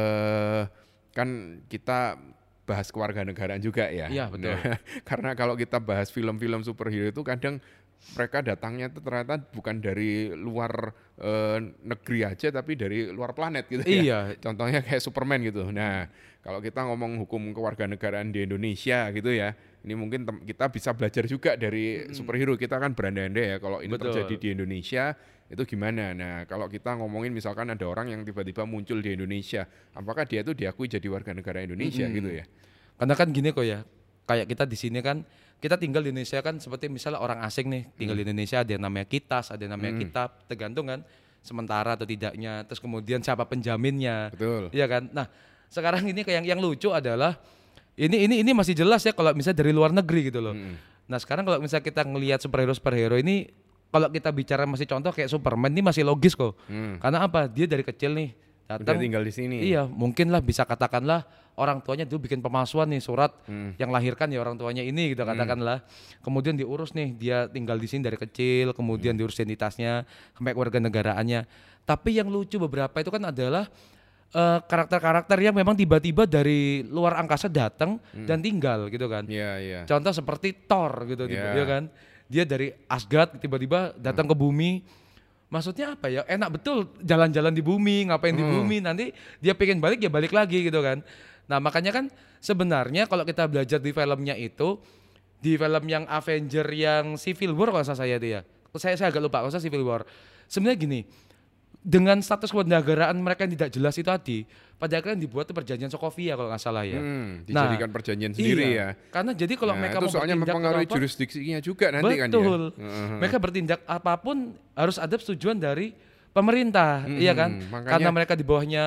S1: uh, kan kita bahas kewarganegaraan juga ya.
S2: Iya, betul.
S1: Nah, karena kalau kita bahas film-film superhero itu kadang mereka datangnya itu ternyata bukan dari luar e, negeri aja, tapi dari luar planet gitu ya.
S2: Iya.
S1: Contohnya kayak Superman gitu. Nah, kalau kita ngomong hukum kewarganegaraan di Indonesia gitu ya, ini mungkin tem- kita bisa belajar juga dari hmm. superhero. Kita kan berandai-andai ya kalau ini Betul. terjadi di Indonesia itu gimana. Nah, kalau kita ngomongin misalkan ada orang yang tiba-tiba muncul di Indonesia, apakah dia itu diakui jadi warga negara Indonesia hmm. gitu ya?
S2: Karena kan gini kok ya, kayak kita di sini kan, kita tinggal di Indonesia kan seperti misalnya orang asing nih tinggal hmm. di Indonesia, ada yang namanya kitas, ada yang namanya hmm. kitab, tergantung kan sementara atau tidaknya, terus kemudian siapa penjaminnya.
S1: Betul.
S2: Iya kan. Nah, sekarang ini kayak yang yang lucu adalah ini ini ini masih jelas ya kalau misalnya dari luar negeri gitu loh. Hmm. Nah, sekarang kalau misalnya kita ngelihat superhero superhero ini, kalau kita bicara masih contoh kayak Superman ini masih logis kok. Hmm. Karena apa? Dia dari kecil nih datang
S1: tinggal di sini.
S2: Iya, mungkin lah bisa katakanlah orang tuanya dulu bikin pemalsuan nih surat hmm. yang lahirkan ya orang tuanya ini gitu katakanlah. Hmm. Kemudian diurus nih, dia tinggal di sini dari kecil, kemudian hmm. diurus identitasnya, sampai kewarganegaraannya. Tapi yang lucu beberapa itu kan adalah uh, karakter-karakter yang memang tiba-tiba dari luar angkasa datang hmm. dan tinggal gitu kan.
S1: Yeah, yeah.
S2: Contoh seperti Thor gitu, yeah. tiba, ya kan. Dia dari Asgard tiba-tiba datang hmm. ke bumi. maksudnya apa ya? Enak betul jalan-jalan di bumi, ngapain di
S1: Hmm.
S2: bumi, nanti dia pengen balik ya balik lagi gitu kan. Nah, makanya kan sebenarnya kalau kita belajar di filmnya itu, di film yang Avenger yang Civil War kalau nggak salah saya itu ya. Saya saya agak lupa kalau saya Civil War. Sebenarnya gini, dengan status kewarganegaraan mereka yang tidak jelas itu tadi, pada akhirnya dibuat tuh perjanjian Sokovia kalau nggak salah ya.
S1: Hmm, dijadikan
S2: Nah,
S1: perjanjian sendiri
S2: iya.
S1: ya.
S2: Karena jadi kalau
S1: Nah,
S2: mereka
S1: itu
S2: mau
S1: soalnya
S2: bertindak
S1: mempengaruhi
S2: atau apa,
S1: jurisdiksinya juga nanti kan ya.
S2: betul.
S1: Heeh.
S2: Mereka bertindak apapun harus ada persetujuan dari pemerintah,
S1: Mhm,
S2: iya kan?
S1: makanya-
S2: Karena mereka di bawahnya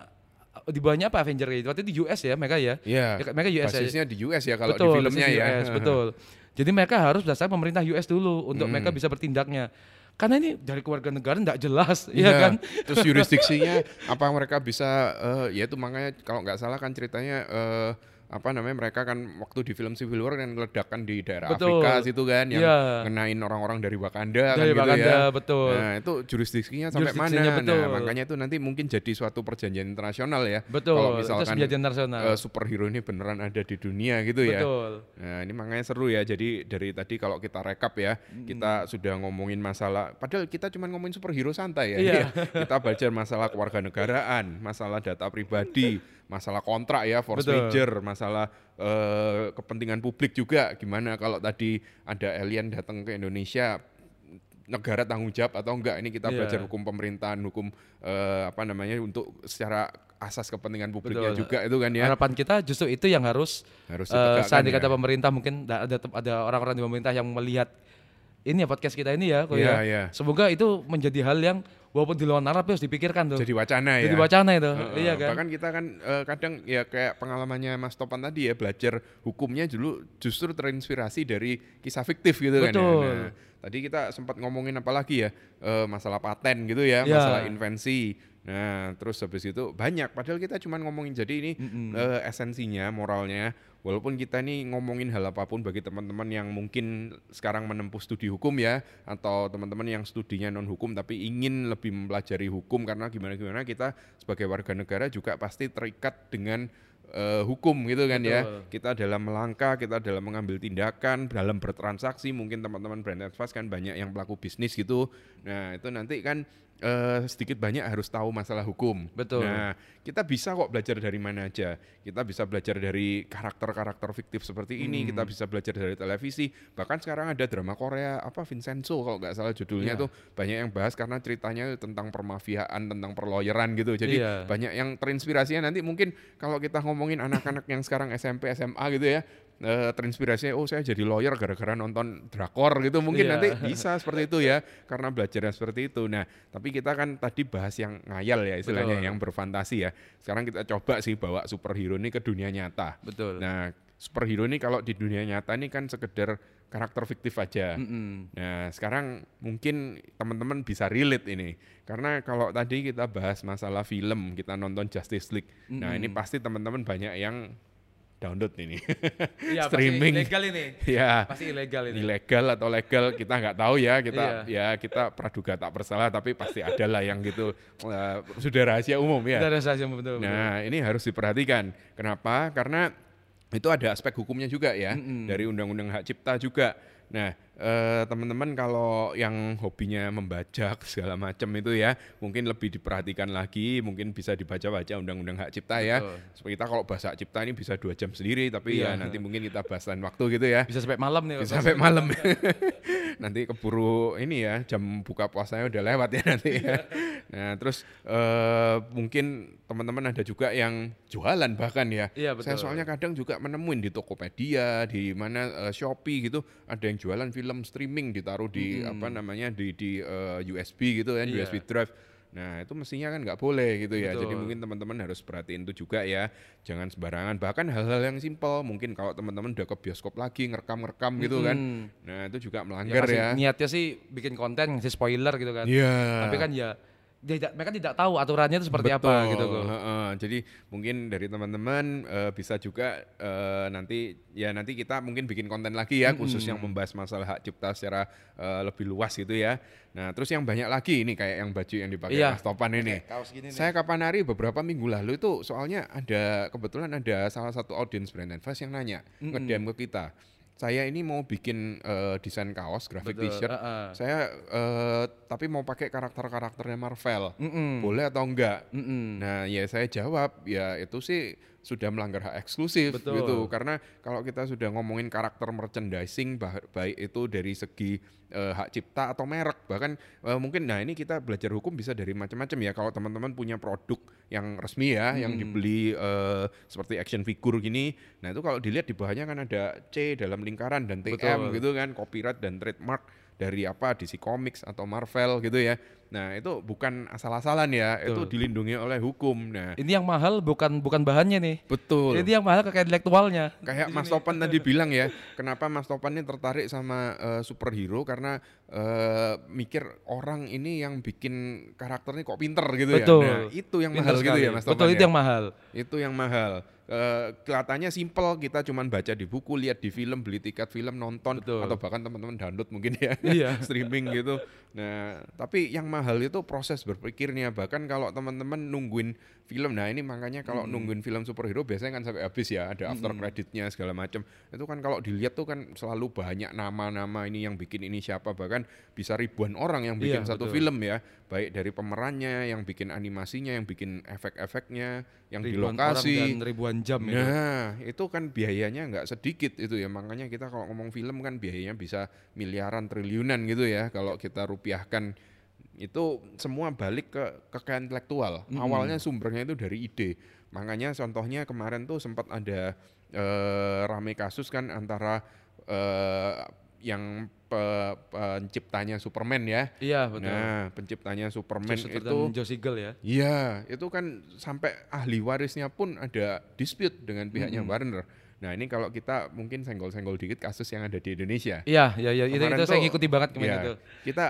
S2: di bawahnya apa Avenger itu? Waktu itu di U S ya mereka ya.
S1: Iya.
S2: Ya, mereka U S
S1: Basisnya
S2: ya.
S1: di U S ya kalau
S2: Betul,
S1: di filmnya
S2: basisnya
S1: ya.
S2: U S, betul. Jadi mereka harus berdasarkan pemerintah U S dulu untuk mereka bisa bertindaknya. Karena ini dari keluarga negara enggak jelas,
S1: Iya
S2: ya kan?
S1: Terus jurisdiksinya apa mereka bisa eh, ya itu makanya kalau nggak salah kan ceritanya eh, apa namanya mereka kan waktu di film Civil War kan ledakan di daerah
S2: Betul.
S1: Afrika situ kan yang
S2: Iya.
S1: ngenain orang-orang dari Wakanda
S2: Dari
S1: kan
S2: Wakanda,
S1: gitu ya.
S2: betul.
S1: Nah, itu jurisdiksinya sampai
S2: Jurisdiksinya
S1: mana?
S2: betul.
S1: Nah, makanya itu nanti mungkin jadi suatu perjanjian internasional ya.
S2: Betul,
S1: Kalau
S2: itu
S1: misalkan
S2: perjanjian internasional.
S1: eh, superhero ini beneran ada di dunia gitu ya.
S2: Betul.
S1: Nah, ini makanya seru ya. Jadi dari tadi kalau kita rekap ya, kita sudah ngomongin masalah padahal kita cuma ngomongin superhero santai ya.
S2: Iya.
S1: Kita belajar masalah kewarganegaraan, masalah data pribadi, masalah kontrak ya, force
S2: Betul.
S1: major, masalah eh, kepentingan publik juga. Gimana kalau tadi ada alien datang ke Indonesia, negara tanggung jawab atau enggak? Ini kita
S2: Iya.
S1: belajar hukum pemerintahan, hukum eh, apa namanya untuk secara asas kepentingan publiknya
S2: Betul.
S1: juga itu kan ya.
S2: Harapan kita justru itu yang harus
S1: Harus
S2: eh,
S1: ditegakkan
S2: saat
S1: ya.
S2: dikata pemerintah mungkin da- ada ada orang-orang di pemerintah yang melihat ini ya podcast kita ini ya, kok
S1: Iya,
S2: ya.
S1: iya.
S2: Semoga itu menjadi hal yang walaupun di luar nalar harus dipikirkan tuh.
S1: Jadi wacana ya.
S2: Jadi wacana itu,
S1: Heeh,
S2: iya kan.
S1: Bahkan kita kan eh, kadang ya kayak pengalamannya Mas Topan tadi ya belajar hukumnya dulu justru terinspirasi dari kisah fiktif gitu kan ya.
S2: Betul.
S1: Nah, tadi kita sempat ngomongin apa lagi ya eh, masalah paten gitu ya,
S2: Ya.
S1: masalah invensi. Nah terus habis itu banyak. Padahal kita cuma ngomongin jadi ini eh, esensinya, moralnya. Walaupun kita nih ngomongin hal apapun bagi teman-teman yang mungkin sekarang menempuh studi hukum ya, atau teman-teman yang studinya non hukum tapi ingin lebih mempelajari hukum karena gimana-gimana kita sebagai warga negara juga pasti terikat dengan eh, hukum gitu kan ya.
S2: Betul.
S1: Kita dalam melangkah, kita dalam mengambil tindakan, dalam bertransaksi, mungkin teman-teman Brand Advice kan banyak yang pelaku bisnis gitu. Nah itu nanti kan eh, sedikit banyak harus tahu masalah hukum.
S2: Betul.
S1: Nah kita bisa kok belajar dari mana aja. Kita bisa belajar dari karakter-karakter fiktif seperti ini.
S2: Hmm.
S1: Kita bisa belajar dari televisi. Bahkan sekarang ada drama Korea apa Vincenzo kalau nggak salah judulnya
S2: Iya.
S1: tuh banyak yang bahas karena ceritanya tentang permafiaan, tentang perlawyeran gitu. Jadi
S2: Iya.
S1: banyak yang terinspirasinya nanti mungkin kalau kita ngomongin anak-anak yang sekarang S M P, S M A gitu ya. eh, terinspirasinya oh saya jadi lawyer gara-gara nonton drakor gitu mungkin
S2: Iya.
S1: nanti bisa seperti itu ya karena belajarnya seperti itu. Nah tapi kita kan tadi bahas yang ngayal ya istilahnya
S2: Betul.
S1: yang berfantasi ya. Sekarang kita coba sih bawa superhero ini ke dunia nyata.
S2: Betul.
S1: Nah superhero ini kalau di dunia nyata ini kan sekedar karakter fiktif aja.
S2: Mm-mm.
S1: Nah sekarang mungkin teman-teman bisa relate ini karena kalau tadi kita bahas masalah film kita nonton Justice League. Nah ini pasti teman-teman banyak yang download ini
S2: Iya,
S1: streaming.
S2: pasti ilegal ini.
S1: Ya
S2: Pasti ilegal ini.
S1: ilegal atau legal kita nggak tahu ya kita
S2: Iya.
S1: ya kita praduga tak bersalah tapi pasti ada lah yang gitu eh, sudah rahasia umum ya.
S2: Kita ada saja betul.
S1: Nah ini harus diperhatikan. Kenapa? Karena itu ada aspek hukumnya juga ya dari undang-undang hak cipta juga. Nah eh, teman-teman kalau yang hobinya membajak segala macam itu ya mungkin lebih diperhatikan lagi. Mungkin bisa dibaca-baca undang-undang hak cipta ya.
S2: Betul.
S1: Supaya kita kalau bahas hak cipta ini bisa dua jam sendiri. Tapi
S2: Iya.
S1: ya nanti mungkin kita bahas lain waktu gitu ya.
S2: Bisa sampai malam nih.
S1: Bisa sampai malam. Nanti keburu ini ya jam buka puasanya udah lewat ya nanti ya. Nah terus eh, mungkin teman-teman ada juga yang jualan bahkan ya.
S2: Iya, betul.
S1: Saya soalnya kadang juga menemuin di Tokopedia, di mana eh, Shopee gitu ada yang jualan film streaming ditaruh di apa namanya di di eh, U S B gitu kan,
S2: Iya.
S1: U S B drive. Nah itu mestinya kan nggak boleh gitu ya.
S2: Betul.
S1: Jadi mungkin teman-teman harus perhatiin itu juga ya. Jangan sembarangan. Bahkan hal-hal yang simpel. Mungkin kalau teman-teman udah ke bioskop lagi ngerekam-ngerekam gitu kan. Nah itu juga
S2: Ya,
S1: melanggar
S2: pasti
S1: ya.
S2: niatnya sih bikin konten ngasih spoiler gitu kan.
S1: Iya.
S2: Tapi kan ya dia tidak, mereka tidak tahu aturannya itu seperti apa
S1: Betul,
S2: gitu kok.
S1: heeh. Jadi mungkin dari teman-teman eh, bisa juga eh, nanti ya nanti kita mungkin bikin konten lagi ya khusus yang membahas masalah hak cipta secara eh, lebih luas gitu ya. Nah terus yang banyak lagi ini kayak yang baju yang dipakai
S2: Iya.
S1: Mas Topan ini.
S2: Kaos gini nih.
S1: Saya kapan hari beberapa minggu lalu itu soalnya ada kebetulan ada salah satu audiens Brand Advice yang nanya nge-D M ke kita. saya ini mau bikin uh, desain kaos, graphic
S2: Betul,
S1: t-shirt.
S2: uh-uh.
S1: Saya uh, tapi mau pakai karakter-karakternya Marvel.
S2: Mm-mm.
S1: Boleh atau enggak?
S2: Mm-mm.
S1: Nah, ya saya jawab, ya itu sih sudah melanggar hak eksklusif.
S2: Betul.
S1: Gitu. Karena kalau kita sudah ngomongin karakter merchandising, bah- baik itu dari segi uh, hak cipta atau merek, bahkan uh, mungkin, nah ini kita belajar hukum bisa dari macam-macam ya. Kalau teman-teman punya produk yang resmi ya, hmm. yang dibeli uh, seperti action figure gini, nah itu kalau dilihat di bawahnya kan ada C dalam lingkaran dan T M. Betul. Gitu kan, copyright dan trademark dari apa D C Comics atau Marvel gitu ya. Nah, itu bukan asal-asalan ya, betul. Itu dilindungi oleh hukum. Nah,
S2: ini yang mahal bukan bukan bahannya nih.
S1: Betul.
S2: Ini yang mahal kekayaan intelektualnya.
S1: Kayak Mas Topan tadi bilang ya, kenapa Mas Topan ini tertarik sama uh, superhero karena uh, mikir orang ini yang bikin karakternya kok pinter gitu.
S2: Betul.
S1: Ya. Nah, itu yang
S2: pinter
S1: mahal
S2: sekali.
S1: gitu ya Mas Topan.
S2: Betul,
S1: ya?
S2: Itu yang mahal.
S1: Itu yang mahal. Uh, kelihatannya simple, kita cuma baca di buku, lihat di film, beli tiket film, nonton. Betul. Atau bahkan teman-teman download mungkin ya, iya. streaming gitu. Nah, tapi yang mahal itu proses berpikirnya. Bahkan kalau teman-teman nungguin film, nah ini makanya kalau hmm. nungguin film superhero biasanya kan sampai habis ya, ada after hmm. creditnya segala macam. Itu kan kalau dilihat tuh kan selalu banyak nama-nama ini yang bikin ini siapa, bahkan bisa ribuan orang yang bikin iya, satu betul. film ya, baik dari pemerannya, yang bikin animasinya, yang bikin efek-efeknya, yang ribuan di lokasi
S2: orang dan ribuan jam.
S1: Nah, itu, itu kan biayanya nggak sedikit itu ya. Makanya kita kalau ngomong film kan biayanya bisa miliaran, triliunan gitu ya. Kalau kita rupiahkan itu semua balik ke kekayaan intelektual. Mm-hmm. Awalnya sumbernya itu dari ide. Makanya contohnya kemarin tuh sempat ada eh, rame kasus kan antara eh, yang pe, penciptanya Superman ya.
S2: Iya, betul.
S1: Nah, penciptanya Superman
S2: Joss
S1: itu
S2: Joss Siegel ya.
S1: Iya, itu kan sampai ahli warisnya pun ada dispute dengan pihaknya mm-hmm. Warner. Nah, ini kalau kita mungkin senggol-senggol dikit kasus yang ada di Indonesia.
S2: Iya, iya, iya, itu, itu
S1: tuh,
S2: saya ngikuti banget kemarin
S1: ya,
S2: itu.
S1: Kita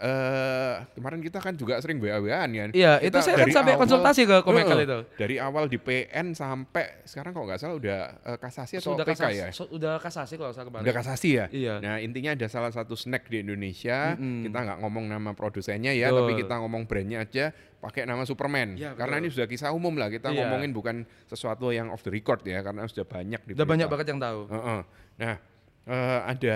S1: Uh, kemarin kita kan juga sering W A W A-an kan.
S2: Iya,
S1: kita
S2: itu saya kan sampai awal, konsultasi ke Komekel uh, itu.
S1: Dari awal di P N sampai sekarang kalau nggak salah udah uh, kasasi atau
S2: sudah
S1: P K
S2: kasasi,
S1: ya?
S2: So, udah kasasi kalau saya kemarin.
S1: Udah kasasi ya?
S2: Iya.
S1: Nah, intinya ada salah satu snack di Indonesia, mm-hmm. kita nggak ngomong nama produsennya ya,
S2: betul.
S1: Tapi kita ngomong brandnya aja pakai nama Superman. Ya, karena ini sudah kisah umum lah, kita iya. ngomongin bukan sesuatu yang off the record ya, karena sudah banyak di
S2: Udah banyak banget yang tahu.
S1: Uh-uh. Nah, uh, ada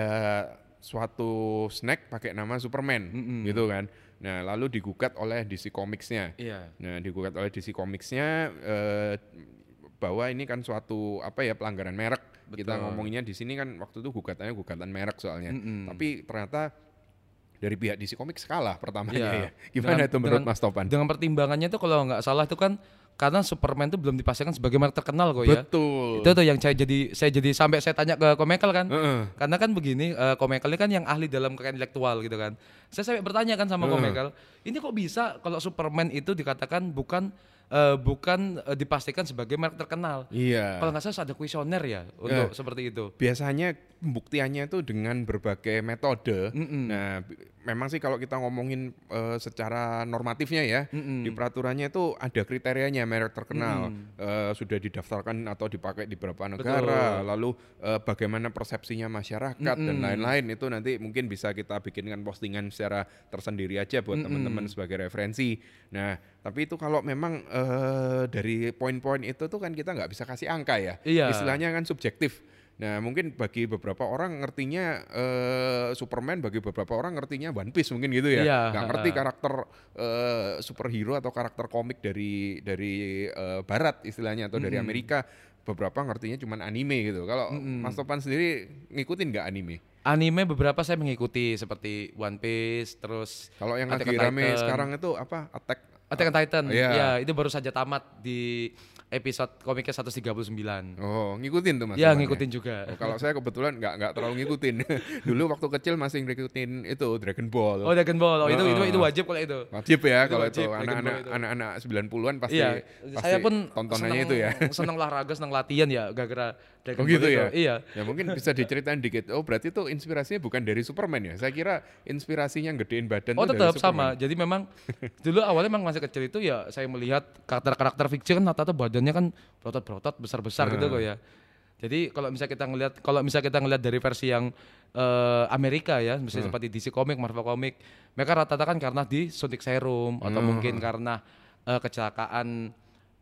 S1: suatu snack pakai nama Superman, mm-hmm. gitu kan. Nah, lalu digugat oleh D C Comics-nya.
S2: Iya.
S1: Nah, digugat oleh D C Comics-nya eh, bahwa ini kan suatu apa ya pelanggaran merek. Betul. Kita ngomonginnya di sini kan waktu itu gugatannya gugatan merek soalnya. Mm-hmm. Tapi ternyata dari pihak D C Comics kalah pertamanya
S2: iya.
S1: ya. Gimana itu menurut
S2: dengan,
S1: Mas Topan?
S2: Dengan pertimbangannya itu kalau nggak salah itu kan karena Superman itu belum dipastikan sebagai merek terkenal kok ya.
S1: Betul.
S2: Itu tuh yang saya jadi saya jadi sampai saya tanya ke Komekel kan. Uh-uh. Karena kan begini, uh, Komekel ini kan yang ahli dalam kekayaan intelektual gitu kan. Saya sampai bertanya kan sama uh-uh. Komekel, ini kok bisa kalau Superman itu dikatakan bukan uh, bukan uh, dipastikan sebagai merek terkenal.
S1: Iya.
S2: Kalau nggak salah ada kuesioner ya untuk uh, seperti itu.
S1: Biasanya pembuktiannya itu dengan berbagai metode. Mm-mm. Nah, memang sih kalau kita ngomongin uh, secara normatifnya ya, mm-mm. di peraturannya itu ada kriterianya merek terkenal, uh, sudah didaftarkan atau dipakai di beberapa negara, betul. Lalu uh, bagaimana persepsinya masyarakat mm-mm. dan lain-lain itu nanti mungkin bisa kita bikinkan postingan secara tersendiri aja buat mm-mm. teman-teman sebagai referensi. Nah, tapi itu kalau memang uh, dari poin-poin itu tuh kan kita nggak bisa kasih angka ya,
S2: iya.
S1: Istilahnya kan subjektif. Nah, mungkin bagi beberapa orang ngertinya uh, Superman, bagi beberapa orang ngertinya One Piece mungkin gitu ya.
S2: Iya,
S1: nggak ngerti karakter uh, superhero atau karakter komik dari dari uh, barat istilahnya atau mm-hmm. dari Amerika. Beberapa ngertinya cuma anime gitu. Kalau mm-hmm. Mas Topan sendiri ngikutin nggak anime?
S2: Anime beberapa saya mengikuti seperti One Piece, terus
S1: kalau yang lagi rame sekarang itu apa? Attack
S2: Attack on Titan.
S1: Yeah.
S2: Ya, itu baru saja tamat di episode komiknya seratus tiga puluh sembilan.
S1: Oh, ngikutin tuh Mas?
S2: Ya, ngikutin juga.
S1: Oh, kalau saya kebetulan nggak nggak terlalu ngikutin. Dulu waktu kecil masih ngikutin itu Dragon Ball.
S2: Oh, Dragon Ball. Oh, oh. Itu, itu itu wajib kalau itu.
S1: Wajib ya itu kalau wajib, itu anak-anak itu. Anak-anak sembilan puluhan pasti. Iya,
S2: pasti saya pun
S1: tontonannya
S2: seneng,
S1: itu ya.
S2: Senang olahraga, senang latihan ya gara-gara Dragon
S1: oh, gitu
S2: Ball
S1: ya?
S2: Itu. Iya.
S1: Ya mungkin bisa diceritain dikit. Oh, berarti itu inspirasinya bukan dari Superman ya? Saya kira inspirasinya gedein badan
S2: oh,
S1: tuh
S2: tetap
S1: dari Superman.
S2: sama. Jadi memang dulu awalnya memang masih kecil itu ya saya melihat karakter-karakter fiksi kan rata-rata badannya kan berotot-berotot besar-besar gitu kok ya. Jadi kalau misalnya kita ngelihat kalau misalnya kita ngelihat dari versi yang uh, Amerika ya, misalnya hmm. seperti D C Comics, Marvel Comics, mereka rata-rata kan karena disuntik serum atau hmm. mungkin karena uh, kecelakaan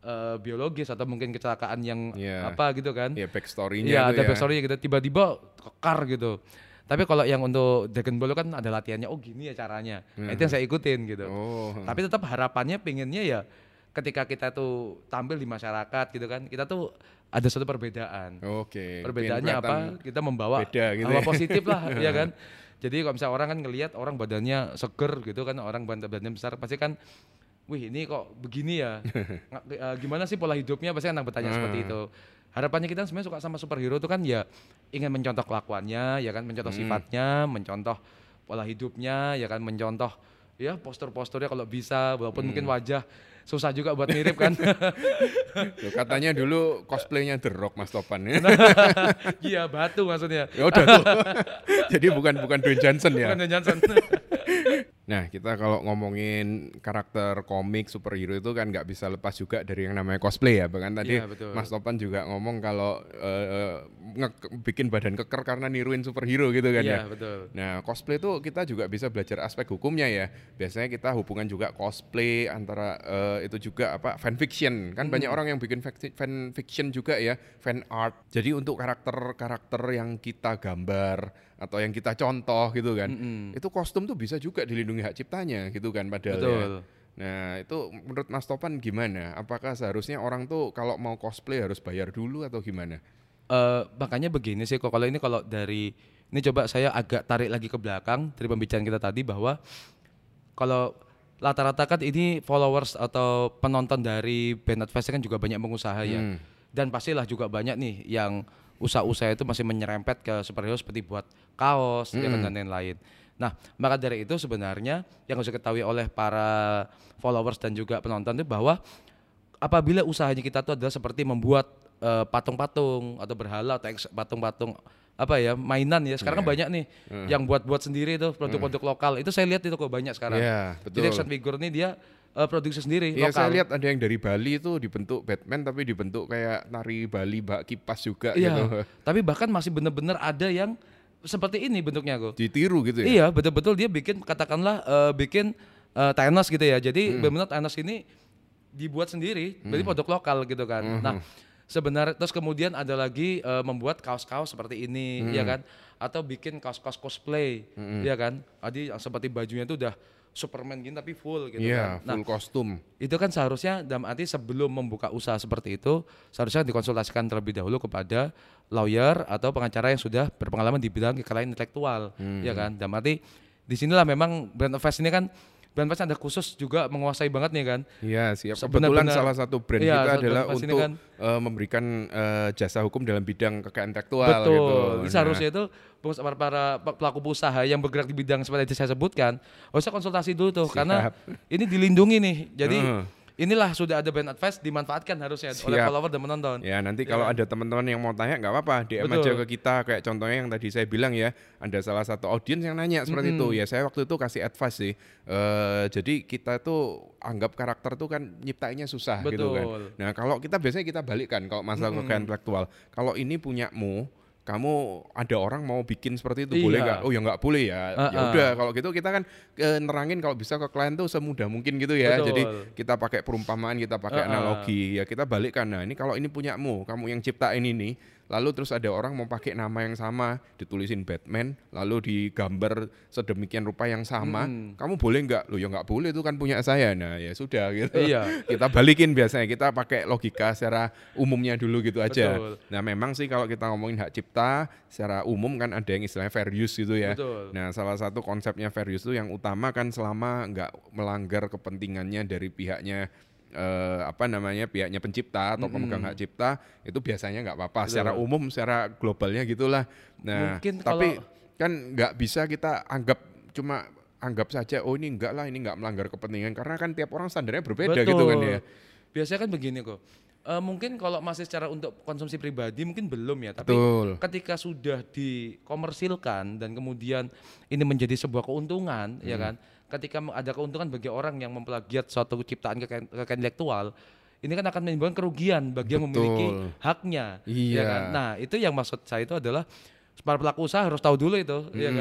S2: uh, biologis atau mungkin kecelakaan yang
S1: yeah.
S2: apa gitu kan.
S1: Iya, yeah, backstory-nya
S2: Iya, ada
S1: ya.
S2: backstory gitu, tiba-tiba kekar gitu. Tapi kalau yang untuk Dragon Ball kan ada latihannya, oh gini ya caranya. Hmm. Itu yang saya ikutin gitu.
S1: Oh.
S2: Tapi tetap harapannya pengennya ya ketika kita tuh tampil di masyarakat gitu kan, kita tuh ada suatu perbedaan.
S1: Oke. Okay.
S2: Perbedaannya apa? Kita membawa
S1: beda, gitu
S2: hal
S1: ya.
S2: positif lah, ya kan. Jadi kalau misalnya orang kan ngelihat orang badannya seger gitu kan, orang badannya besar pasti kan, wih ini kok begini ya. Gimana sih pola hidupnya? Pasti anak bertanya hmm. seperti itu. Harapannya kita sebenarnya suka sama superhero itu kan ya ingin mencontoh kelakuannya, ya kan, mencontoh hmm. sifatnya, mencontoh pola hidupnya, ya kan, mencontoh ya postur-posturnya kalau bisa, walaupun hmm. mungkin wajah susah juga buat mirip kan.
S1: Loh, katanya dulu cosplaynya The Rock Mas Topan ya.
S2: Iya, batu maksudnya.
S1: Ya udah tuh. Jadi bukan bukan Dwayne Johnson ya.
S2: Bukan Dwayne Johnson.
S1: Nah, kita kalau ngomongin karakter komik superhero itu kan nggak bisa lepas juga dari yang namanya cosplay ya. Bahkan tadi ya, Mas Topan juga ngomong kalau uh, nge- bikin badan keker karena niruin superhero gitu kan ya.
S2: Iya, betul.
S1: Nah, cosplay itu kita juga bisa belajar aspek hukumnya ya. Biasanya kita hubungan juga cosplay antara uh, itu juga apa fanfiction. Kan hmm. banyak orang yang bikin fanfiction juga ya, fan art. Jadi untuk karakter-karakter yang kita gambar atau yang kita contoh gitu kan, mm-hmm. itu kostum tuh bisa juga dilindungi hak ciptanya gitu kan padahal. Betul. Ya. Nah itu menurut Mas Topan gimana? Apakah seharusnya orang tuh kalau mau cosplay harus bayar dulu atau gimana?
S2: Uh, makanya begini sih kok, kalau ini kalau dari ini coba saya agak tarik lagi ke belakang dari pembicaraan kita tadi bahwa kalau rata-rata kan ini followers atau penonton dari Band Advice kan juga banyak pengusaha ya, hmm. dan pastilah juga banyak nih yang usaha-usaha itu masih menyerempet ke superhero seperti buat kaos mm. ya kan, dan lain-lain. Nah, maka dari itu sebenarnya yang harus diketahui oleh para followers dan juga penonton itu bahwa apabila usahanya kita itu adalah seperti membuat uh, patung-patung atau berhala atau patung-patung apa ya, mainan ya. Sekarang yeah. kan banyak nih mm. yang buat-buat sendiri itu produk-produk mm. lokal. Itu saya lihat itu kok banyak sekarang.
S1: Yeah, betul.
S2: Jadi action figure ini dia Uh, produksi sendiri
S1: ya,
S2: lokal.
S1: Saya lihat ada yang dari Bali itu dibentuk Batman tapi dibentuk kayak tari Bali bak kipas juga
S2: iya,
S1: gitu.
S2: Tapi bahkan masih benar-benar ada yang seperti ini bentuknya kok.
S1: Ditiru gitu ya.
S2: Iya, betul-betul dia bikin katakanlah uh, bikin uh, Thanos gitu ya. Jadi hmm. benar-benar Thanos ini dibuat sendiri, hmm. berarti produk lokal gitu kan. Hmm. Nah, sebenarnya terus kemudian ada lagi uh, membuat kaos-kaos seperti ini, hmm. ya kan? Atau bikin kaos-kaos cosplay, hmm. ya kan? Jadi seperti bajunya itu udah Superman gini tapi full gitu
S1: yeah,
S2: kan. Nah,
S1: full kostum.
S2: Itu kan seharusnya dalam arti sebelum membuka usaha seperti itu seharusnya dikonsultasikan terlebih dahulu kepada lawyer atau pengacara yang sudah berpengalaman di bidang kekayaan intelektual, hmm. ya kan. Dalam arti di sinilah memang Brand Advice ini kan brand pasti ada khusus juga menguasai banget nih kan.
S1: Iya siap. Kebetulan salah satu brand iya, kita adalah untuk kan, uh, memberikan uh, jasa hukum dalam bidang kekayaan intelektual.
S2: Betul.
S1: Gitu.
S2: Nah. Seharusnya itu para, para pelaku usaha yang bergerak di bidang seperti yang saya sebutkan, harusnya konsultasi dulu tuh. Siap. Karena ini dilindungi nih. Jadi uh. inilah sudah ada Brand Advice dimanfaatkan harusnya Siap. oleh follower dan penonton.
S1: Ya nanti ya. Kalau ada teman-teman yang mau tanya nggak apa-apa, D M Betul. aja ke kita. Kayak contohnya yang tadi saya bilang ya, ada salah satu audiens yang nanya seperti mm-hmm. itu. Ya saya waktu itu kasih advice sih. Uh, jadi kita tuh anggap karakter tuh kan nyiptainnya susah Betul. gitu kan. Nah kalau kita biasanya kita balikkan kalau masalah mm-hmm. kekayaan intelektual. Kalau ini punyamu, kamu ada orang mau bikin seperti itu iya. boleh nggak? Oh ya nggak boleh ya. Uh-uh. Ya udah kalau gitu kita kan e, nerangin kalau bisa ke klien tuh semudah mungkin gitu ya. Betul. Jadi kita pakai perumpamaan, kita pakai uh-uh. analogi ya kita balikkan. Nah ini kalau ini punyamu, kamu yang ciptain ini, lalu terus ada orang mau pakai nama yang sama, ditulisin Batman, lalu digambar sedemikian rupa yang sama, hmm. kamu boleh nggak? Loh ya nggak boleh, itu kan punya saya. Nah ya sudah gitu. Iya. Kita balikin biasanya, kita pakai logika secara umumnya dulu gitu aja. Betul. Nah memang sih kalau kita ngomongin hak cipta secara umum kan ada yang istilahnya fair use gitu ya. Betul. Nah salah satu konsepnya fair use itu yang utama kan selama nggak melanggar kepentingannya dari pihaknya Uh, apa namanya pihaknya pencipta atau mm-hmm. pemegang hak cipta, itu biasanya nggak apa-apa. Betul. Secara umum, secara globalnya gitulah. Nah, Mungkin tapi kalau... kan nggak bisa kita anggap cuma anggap saja oh ini enggak lah, ini nggak melanggar kepentingan, karena kan tiap orang standarnya berbeda. Betul. Gitu kan ya.
S2: Biasanya kan begini kok. Uh, mungkin kalau masih secara untuk konsumsi pribadi mungkin belum ya, tapi
S1: Betul.
S2: ketika sudah dikomersilkan dan kemudian ini menjadi sebuah keuntungan, hmm. ya kan? Ketika ada keuntungan bagi orang yang memplagiat suatu ciptaan kekayaan, kekayaan intelektual, ini kan akan menimbulkan kerugian bagi yang Betul. memiliki haknya.
S1: Iya.
S2: Ya kan? Nah itu yang maksud saya itu adalah para pelaku usaha harus tahu dulu itu, hmm. ya kan?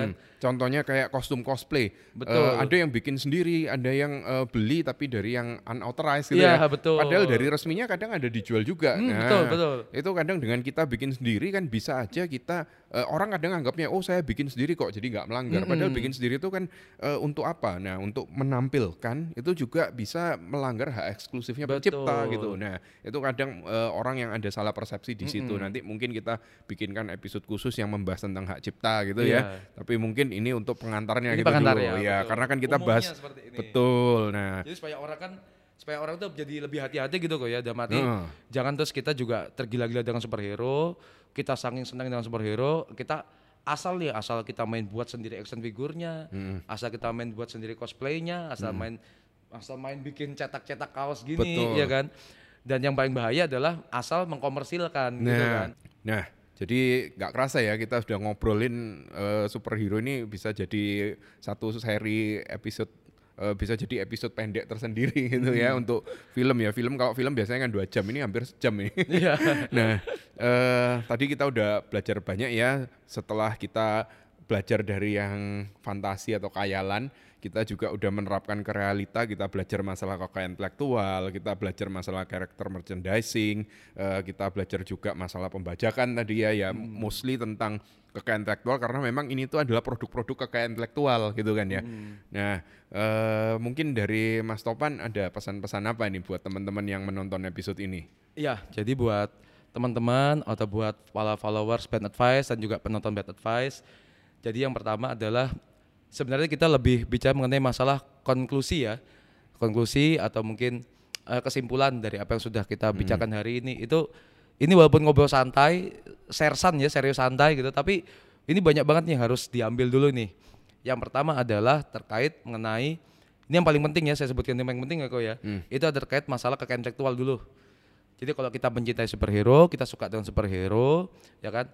S1: Contohnya kayak kostum cosplay.
S2: Betul.
S1: Uh, ada yang bikin sendiri, ada yang uh, beli tapi dari yang unauthorized gitu
S2: Iya,
S1: ya.
S2: betul.
S1: Padahal dari resminya kadang ada dijual juga.
S2: Hmm,
S1: nah,
S2: betul, betul.
S1: Itu kadang dengan kita bikin sendiri kan bisa aja kita uh, orang kadang anggapnya oh saya bikin sendiri kok jadi nggak melanggar.
S2: Mm-mm.
S1: Padahal bikin sendiri itu kan uh, untuk apa? Nah, untuk menampilkan itu juga bisa melanggar hak eksklusifnya pencipta gitu. Nah, itu kadang uh, orang yang ada salah persepsi di situ.
S2: Mm-mm.
S1: Nanti mungkin kita bikinkan episode khusus yang membahas tentang hak cipta gitu
S2: Iya.
S1: ya. Tapi mungkin ini untuk pengantarnya
S2: Ini
S1: gitu
S2: pengantarnya,
S1: dulu. Ya,
S2: betul.
S1: karena kan kita
S2: Umumnya
S1: bahas
S2: seperti ini.
S1: betul. Nah,
S2: Jadi supaya orang kan supaya orang tuh jadi lebih hati-hati gitu kok ya, dalam arti
S1: Heeh.
S2: jangan terus kita juga tergila-gila dengan superhero, kita saking senang dengan superhero, kita asal nih asal kita main buat sendiri action figurnya, asal kita main buat sendiri cosplaynya, asal main asal main bikin cetak-cetak kaos gini,
S1: Betul.
S2: ya kan. Dan yang paling bahaya adalah asal mengkomersilkan gitu
S1: Nah,
S2: kan.
S1: nah, jadi nggak kerasa ya kita sudah ngobrolin eh, superhero ini bisa jadi satu seri episode, eh, bisa jadi episode pendek tersendiri gitu ya untuk film ya. Film kalau film biasanya kan dua jam, ini hampir sejam ini.
S2: Iya.
S1: Nah, eh, tadi kita udah belajar banyak ya. Setelah kita belajar dari yang fantasi atau khayalan, kita juga udah menerapkan ke realita. Kita belajar masalah kekayaan intelektual, kita belajar masalah karakter merchandising, eh, kita belajar juga masalah pembajakan tadi ya, ya mostly tentang kekayaan intelektual karena memang ini tuh adalah produk-produk kekayaan intelektual gitu kan ya. Nah, eh, mungkin dari Mas Topan ada pesan-pesan apa nih buat teman-teman yang menonton episode ini?
S2: Iya, jadi buat teman-teman atau buat para followers Bad Advice dan juga penonton Bad Advice, jadi yang pertama adalah sebenarnya kita lebih bicara mengenai masalah konklusi ya, konklusi atau mungkin uh, kesimpulan dari apa yang sudah kita bicarakan hari ini. Itu ini walaupun ngobrol santai, sersan ya, serius santai gitu, tapi ini banyak banget nih harus diambil dulu nih. Yang pertama adalah terkait mengenai, ini yang paling penting ya, saya sebutkan yang paling penting ya kok ya,
S1: Hmm.
S2: itu ada terkait masalah kekayaan intelektual dulu. Jadi kalau kita mencintai superhero, kita suka dengan superhero, ya kan,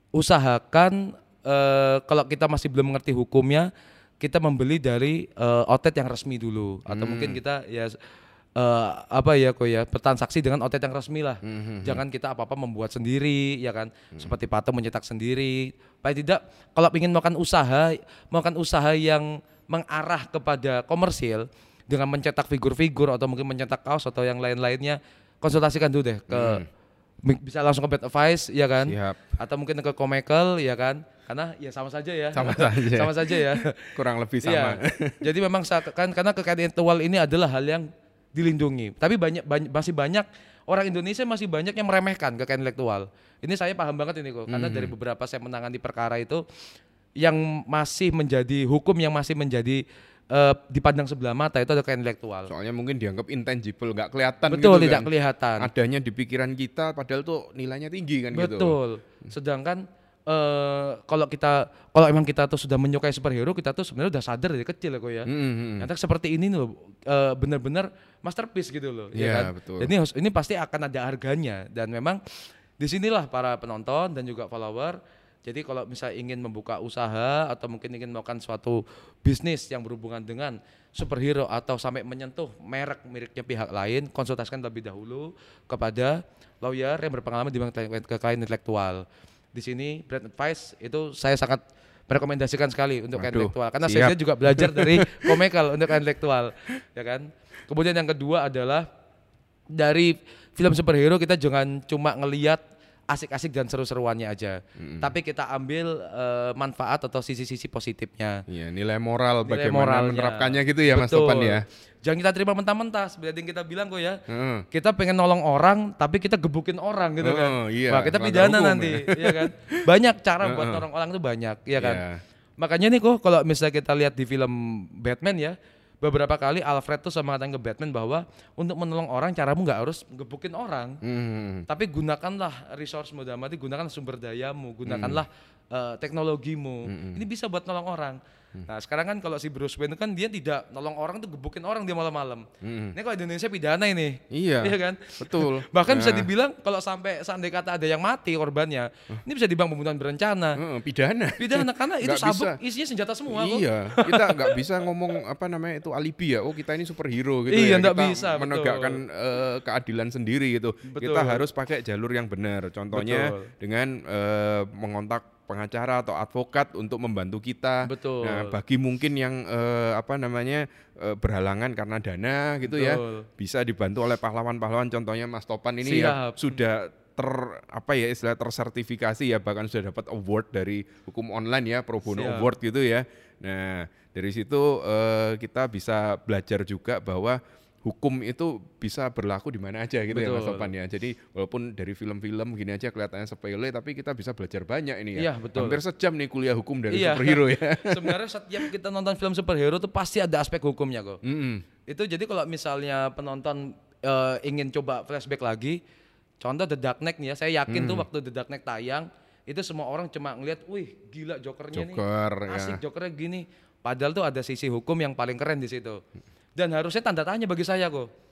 S2: usahakan Uh, kalau kita masih belum mengerti hukumnya, kita membeli dari uh, outlet yang resmi dulu, atau
S1: Hmm.
S2: mungkin kita ya uh, apa ya kok ya bertransaksi dengan outlet yang resmi lah.
S1: Hmm.
S2: Jangan kita apa apa membuat sendiri, ya kan, seperti Pato mencetak sendiri. Paling tidak kalau ingin melakukan usaha, melakukan usaha yang mengarah kepada komersil dengan mencetak figur-figur atau mungkin mencetak kaos atau yang lain-lainnya, konsultasikan dulu deh ke
S1: Hmm.
S2: bisa langsung ke Bad Advice ya kan,
S1: Siap.
S2: atau mungkin ke Comical ya kan, karena ya sama saja ya,
S1: Sama saja.
S2: sama saja ya.
S1: Kurang lebih
S2: Iya.
S1: sama.
S2: Jadi memang sa- kan karena kekayaan intelektual ini adalah hal yang dilindungi. Tapi banyak, banyak masih banyak orang Indonesia masih banyak yang meremehkan kekayaan intelektual. Ini saya paham banget ini kok, karena dari beberapa saya menangani perkara itu yang masih menjadi hukum yang masih menjadi eh, dipandang sebelah mata itu ada kekayaan intelektual.
S1: Soalnya mungkin dianggap intangible, nggak kelihatan
S2: Betul,
S1: gitu
S2: tidak
S1: kan.
S2: kelihatan.
S1: Adanya di pikiran kita padahal tuh nilainya tinggi kan gitu.
S2: Betul. Sedangkan eh, kalau kita kalau emang kita tuh sudah menyukai superhero, kita tuh sebenarnya udah sadar dari kecil ya kok ya.
S1: Hmm, hmm, hmm.
S2: Ternyata seperti ini loh, eh, benar-benar masterpiece gitu loh,
S1: Iya,
S2: ya kan.
S1: betul.
S2: Jadi harus- ini pasti akan ada harganya dan memang disinilah para penonton dan juga follower. Jadi kalau misalnya ingin membuka usaha atau mungkin ingin melakukan suatu bisnis yang berhubungan dengan superhero atau sampai menyentuh merek miliknya pihak lain, konsultasikan terlebih dahulu kepada lawyer yang berpengalaman di bidang kekayaan intelektual. Di sini Brand Advice itu saya sangat merekomendasikan sekali untuk kekayaan
S1: Waduh,
S2: intelektual karena
S1: siap.
S2: saya sendiri juga belajar dari Comical untuk kekayaan intelektual, ya kan. Kemudian yang kedua adalah dari film superhero kita jangan cuma ngelihat asik-asik dan seru-seruannya aja, tapi kita ambil eh, manfaat atau sisi-sisi positifnya.
S1: Iya, nilai moral
S2: Nilai
S1: bagaimana
S2: moralnya.
S1: menerapkannya gitu ya Mas
S2: Betul.
S1: Topan ya.
S2: Jangan kita terima mentah-mentah, seperti yang kita bilang kok ya.
S1: Heeh.
S2: Kita pengen nolong orang, tapi kita gebukin orang gitu kan.
S1: Oh, iya,
S2: Wah, kita
S1: melanggar
S2: pidana
S1: hukum
S2: nanti,
S1: ya.
S2: ya kan. Banyak cara buat nolong orang itu banyak, ya kan.
S1: Iya.
S2: Makanya nih kok kalau misalnya kita lihat di film Batman ya, beberapa kali Alfred tuh sama mengatakan ke Batman bahwa untuk menolong orang caramu nggak harus gebukin orang,
S1: Hmm.
S2: tapi gunakanlah resource-mu, dalam arti gunakan sumber dayamu, gunakanlah eh, teknologimu. Ini bisa buat nolong orang. Nah sekarang kan kalau si Bruce Wayne itu kan dia tidak nolong orang tuh gebukin orang dia malam-malam. Ini kalau di Indonesia pidana ini.
S1: Iya.
S2: Iya kan?
S1: Betul.
S2: Bahkan bisa
S1: Nah.
S2: dibilang kalau sampai seandainya kata ada yang mati korbannya, ini bisa dibilang pembunuhan berencana.
S1: Heeh, pidana.
S2: Pidana karena itu
S1: Nggak
S2: sabuk
S1: bisa.
S2: isinya senjata semua kok.
S1: Iya, kita nggak bisa ngomong apa namanya itu alibi ya. Oh kita ini superhero gitu
S2: Iya,
S1: ya.
S2: nggak
S1: Kita
S2: bisa, betul.
S1: menegakkan eh, keadilan sendiri gitu.
S2: Betul.
S1: Kita harus pakai jalur yang benar. Contohnya
S2: Betul.
S1: dengan eh, mengontak pengacara atau advokat untuk membantu kita.
S2: Betul.
S1: Nah, bagi mungkin yang eh, apa namanya eh, berhalangan karena dana gitu ya,
S2: Betul.
S1: bisa dibantu oleh pahlawan-pahlawan. Contohnya Mas Topan ini ya
S2: Siap.
S1: sudah ter apa ya istilah tersertifikasi ya, bahkan sudah dapat award dari hukum online ya, pro bono
S2: Siap.
S1: award gitu ya. Nah, dari situ eh, kita bisa belajar juga bahwa hukum itu bisa berlaku di mana aja gitu. Betul. Ya Mas Topan ya. Jadi walaupun dari film-film gini aja kelihatannya sepele, tapi kita bisa belajar banyak ini ya.
S2: Iya, betul.
S1: Hampir sejam nih kuliah hukum dari
S2: iya.
S1: superhero ya.
S2: Sebenarnya setiap kita nonton film superhero tuh pasti ada aspek hukumnya kok.
S1: Mm-hmm.
S2: Itu jadi kalau misalnya penonton uh, ingin coba flashback lagi, contoh The Dark Knight nih ya, saya yakin mm. tuh waktu The Dark Knight tayang, itu semua orang cuma ngeliat, wih gila Jokernya
S1: Joker,
S2: nih, asik
S1: ya.
S2: Jokernya gini. Padahal tuh ada sisi hukum yang paling keren di situ. Dan harusnya tanda tanya bagi saya kok.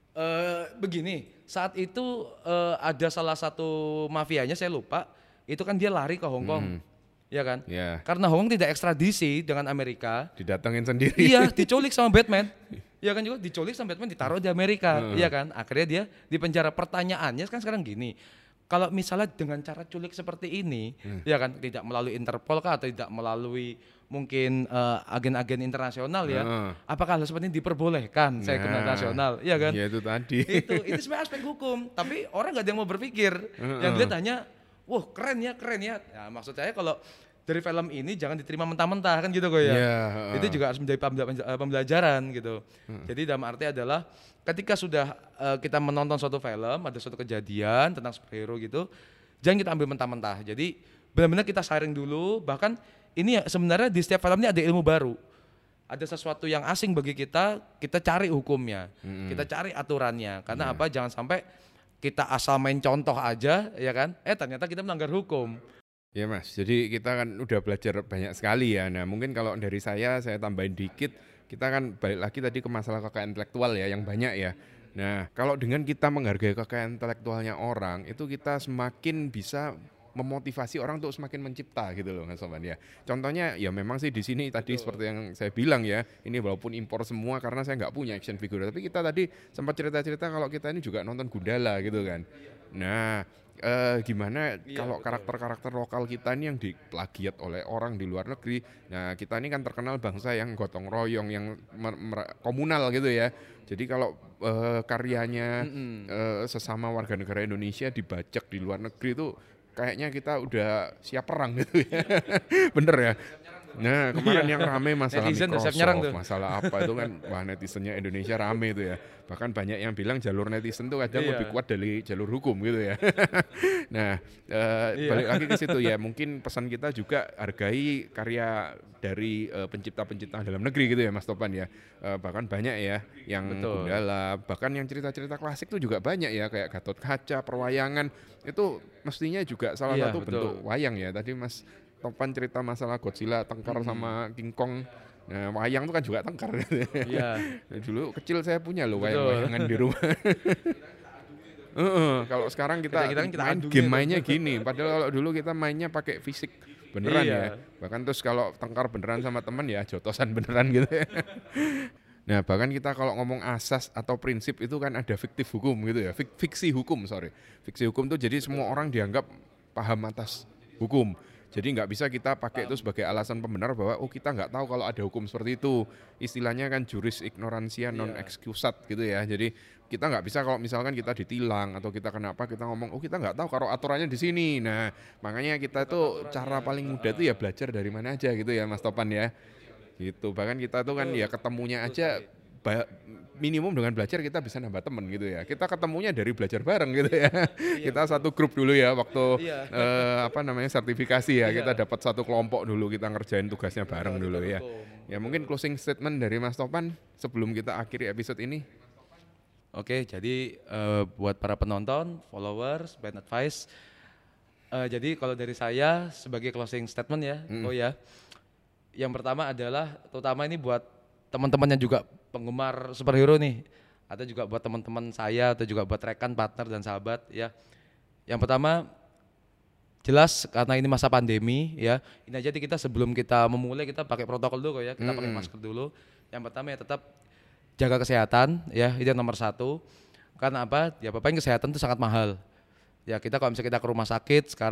S2: Uh, begini, saat itu uh, ada salah satu mafianya saya lupa, itu kan dia lari ke Hong Kong, mm. ya kan?
S1: Yeah.
S2: Karena Hong Kong tidak ekstradisi dengan Amerika,
S1: didatengin sendiri.
S2: Iya, diculik sama Batman, ya kan juga diculik sama Batman, ditaruh di Amerika, uh. ya kan? Akhirnya dia di penjara. Pertanyaannya kan sekarang gini, kalau misalnya dengan cara culik seperti ini, hmm. ya kan, tidak melalui Interpol kah atau tidak melalui mungkin uh, agen-agen internasional ya, uh. apakah hal seperti ini diperbolehkan nah, saya hukum internasional, ya kan?
S1: Ya itu tadi.
S2: Itu itu sebenarnya aspek hukum, tapi orang nggak ada yang mau berpikir, uh. yang dilihat hanya, wah keren ya, keren ya. Ya maksud saya kalau dari film ini jangan diterima mentah-mentah kan gitu kok ya.
S1: Yeah, uh.
S2: Itu juga harus menjadi pembelajaran gitu. Uh. Jadi dalam arti adalah ketika sudah uh, kita menonton suatu film, ada suatu kejadian tentang superhero gitu, jangan kita ambil mentah-mentah. Jadi benar-benar kita sharing dulu. Bahkan ini ya, sebenarnya di setiap film ini ada ilmu baru. Ada sesuatu yang asing bagi kita, kita cari hukumnya, mm-hmm. kita cari aturannya. Karena yeah. apa? Jangan sampai kita asal main contoh aja, ya kan? Eh ternyata kita melanggar hukum.
S1: Ya Mas, jadi kita kan udah belajar banyak sekali ya. Nah mungkin kalau dari saya, saya tambahin dikit. Kita kan balik lagi tadi ke masalah kekayaan intelektual ya, yang banyak ya. Nah, kalau dengan kita menghargai kekayaan intelektualnya orang, itu kita semakin bisa memotivasi orang untuk semakin mencipta gitu loh, Mas Soban ya. Contohnya ya memang sih di sini tadi Betul. Seperti yang saya bilang ya, ini walaupun impor semua karena saya nggak punya action figure, tapi kita tadi sempat cerita-cerita kalau kita ini juga nonton Gundala gitu kan. Nah, eh, gimana iya, kalau betul. karakter-karakter lokal kita ini yang diplagiat oleh orang di luar negeri. Nah, kita ini kan terkenal bangsa yang gotong royong, yang mer- komunal gitu ya. Jadi kalau eh, karyanya eh, sesama warga negara Indonesia dibajak di luar negeri itu kayaknya kita udah siap perang gitu ya. Bener ya. Nah kemarin yang rame masalah netizen Microsoft, masalah apa itu kan, wah netizennya Indonesia rame itu ya. Bahkan banyak yang bilang jalur netizen tuh kadang iya. lebih kuat dari jalur hukum gitu ya. Nah eh, iya. balik lagi ke situ ya, mungkin pesan kita juga hargai karya dari uh, pencipta-pencipta dalam negeri gitu ya Mas Topan ya. Uh, bahkan banyak ya yang Gundala, bahkan yang cerita-cerita klasik tuh juga banyak ya, kayak Gatot Kaca, perwayangan itu mestinya juga salah iya, satu betul. bentuk wayang ya. Tadi Mas Topan cerita masalah Godzilla tengkar hmm. sama King Kong. Nah, wayang itu kan juga tengkar. Iya. Dulu kecil saya punya loh wayang-wayangan di rumah. uh, kalau sekarang kita, kita, kita main game mainnya gini. Padahal kalau dulu kita mainnya pakai fisik beneran iya. ya. Bahkan terus kalau tengkar beneran sama teman ya jotosan beneran gitu ya. Nah bahkan kita kalau ngomong asas atau prinsip itu kan ada fiktif hukum gitu ya. Fik- fiksi hukum sorry. Fiksi hukum tuh jadi semua orang dianggap paham atas hukum. Jadi nggak bisa kita pakai itu sebagai alasan pembenar bahwa oh kita nggak tahu kalau ada hukum seperti itu. Istilahnya kan juris ignorantia non excusat gitu ya. Jadi kita nggak bisa kalau misalkan kita ditilang atau kita kenapa kita ngomong oh kita nggak tahu kalau aturannya di sini. Nah makanya kita tuh cara paling mudah tuh ya belajar dari mana aja gitu ya Mas Topan ya. Gitu. Bahkan kita tuh kan ya ketemunya aja minimum dengan belajar kita bisa nambah temen gitu ya. Kita ketemunya dari belajar bareng gitu ya. Iya, kita betul. Satu grup dulu ya waktu iya. eh, apa namanya sertifikasi ya. Iya. Kita dapat satu kelompok dulu, kita ngerjain tugasnya bareng betul, dulu betul, ya. Betul. Ya mungkin closing statement dari Mas Topan sebelum kita akhiri episode ini.
S2: Oke, jadi uh, buat para penonton, followers, band advice. Uh, jadi kalau dari saya sebagai closing statement ya, mm. oh ya. Yang pertama adalah terutama ini buat teman-teman yang juga penggemar superhero nih, atau juga buat teman-teman saya, atau juga buat rekan, partner dan sahabat ya. Yang pertama jelas karena ini masa pandemi ya, ini aja kita sebelum kita memulai kita pakai protokol dulu ya, kita mm-hmm. pakai masker dulu. Yang pertama ya tetap jaga kesehatan ya, itu yang nomor satu. Karena apa? Ya apa-apain kesehatan itu sangat mahal. Ya kita kalau misalnya kita ke rumah sakit sekarang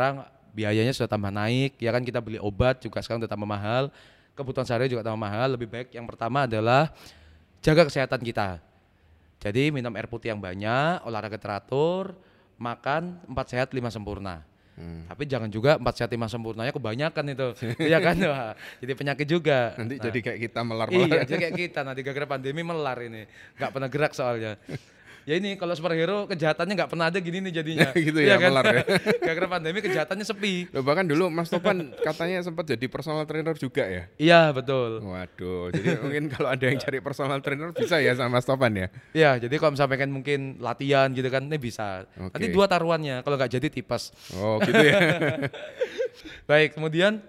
S2: biayanya sudah tambah naik, ya kan, kita beli obat juga sekarang udah tambah mahal, kebutuhan sehari juga tambah mahal. Lebih baik yang pertama adalah jaga kesehatan kita. Jadi minum air putih yang banyak, olahraga teratur, makan empat sehat lima sempurna. Hmm. Tapi jangan juga empat sehat lima sempurnanya kebanyakan itu. Iya kan? Wah, jadi penyakit juga.
S1: Nanti
S2: nah,
S1: jadi kayak kita melar-melar.
S2: Iya, jadi kayak kita nanti gara-gara pandemi melar ini. Enggak pernah gerak soalnya. Ya ini kalau superhero kejahatannya nggak pernah ada gini nih jadinya.
S1: Gitu ya,
S2: kan?
S1: melar ya.
S2: Gara-gara pandemi kejahatannya sepi.
S1: Loh, bahkan dulu Mas Topan katanya sempat jadi personal trainer juga ya?
S2: Iya, betul.
S1: Waduh, jadi mungkin kalau ada yang cari personal trainer bisa ya sama Mas Topan ya?
S2: Iya, jadi kalau misalnya pengen mungkin latihan gitu kan, ini bisa.
S1: Okay.
S2: Nanti dua taruhannya, kalau nggak jadi tipes.
S1: Oh gitu ya.
S2: Baik, kemudian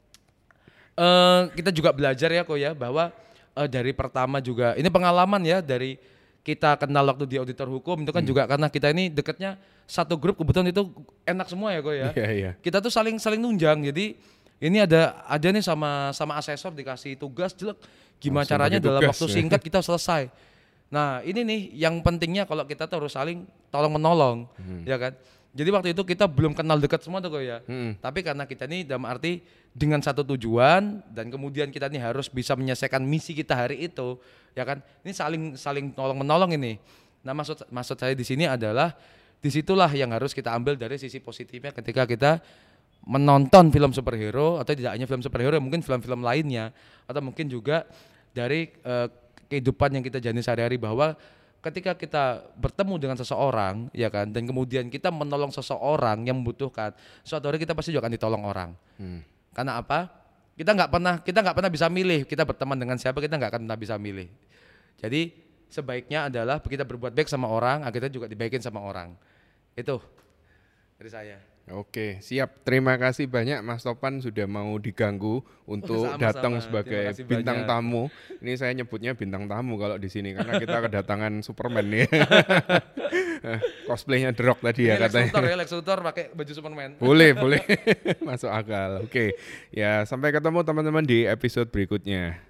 S2: uh, kita juga belajar ya kok ya, bahwa uh, dari pertama juga, ini pengalaman ya dari kita kenal waktu di auditor hukum itu kan hmm. juga karena kita ini dekatnya satu grup, kebetulan itu enak semua ya kok ya.
S1: Yeah, yeah.
S2: Kita tuh saling saling nunjang. Jadi ini ada ada nih sama sama asesor dikasih tugas jelek gimana Langsung caranya dalam tugas, waktu singkat kita selesai. Nah, ini nih yang pentingnya kalau kita tuh harus saling tolong menolong, hmm. ya kan? Jadi waktu itu kita belum kenal dekat semua tuh kok ya. Hmm. Tapi karena kita ini dalam arti dengan satu tujuan dan kemudian kita ini harus bisa menyelesaikan misi kita hari itu, ya kan? Ini saling saling tolong menolong ini. Nah, maksud maksud saya di sini adalah disitulah yang harus kita ambil dari sisi positifnya ketika kita menonton film superhero, atau tidak hanya film superhero, mungkin film-film lainnya, atau mungkin juga dari uh, kehidupan yang kita jalani sehari-hari, bahwa ketika kita bertemu dengan seseorang, ya kan, dan kemudian kita menolong seseorang yang membutuhkan, suatu hari kita pasti juga akan ditolong orang. Hmm. Karena apa? Kita nggak pernah kita nggak pernah bisa milih kita berteman dengan siapa, kita nggak akan pernah bisa milih. Jadi sebaiknya adalah kita berbuat baik sama orang, agar kita juga dibaikin sama orang. Itu dari saya.
S1: Oke, siap. Terima kasih banyak Mas Topan sudah mau diganggu untuk oh, datang sebagai bintang banyak. tamu. Ini saya nyebutnya bintang tamu kalau di sini karena kita kedatangan Superman nih. Cosplaynya The Rock tadi ya
S2: Lex
S1: katanya.
S2: Luthor ya, Lex Luthor pakai baju Superman.
S1: Boleh, boleh. Masuk akal. Oke. Ya, sampai ketemu teman-teman di episode berikutnya.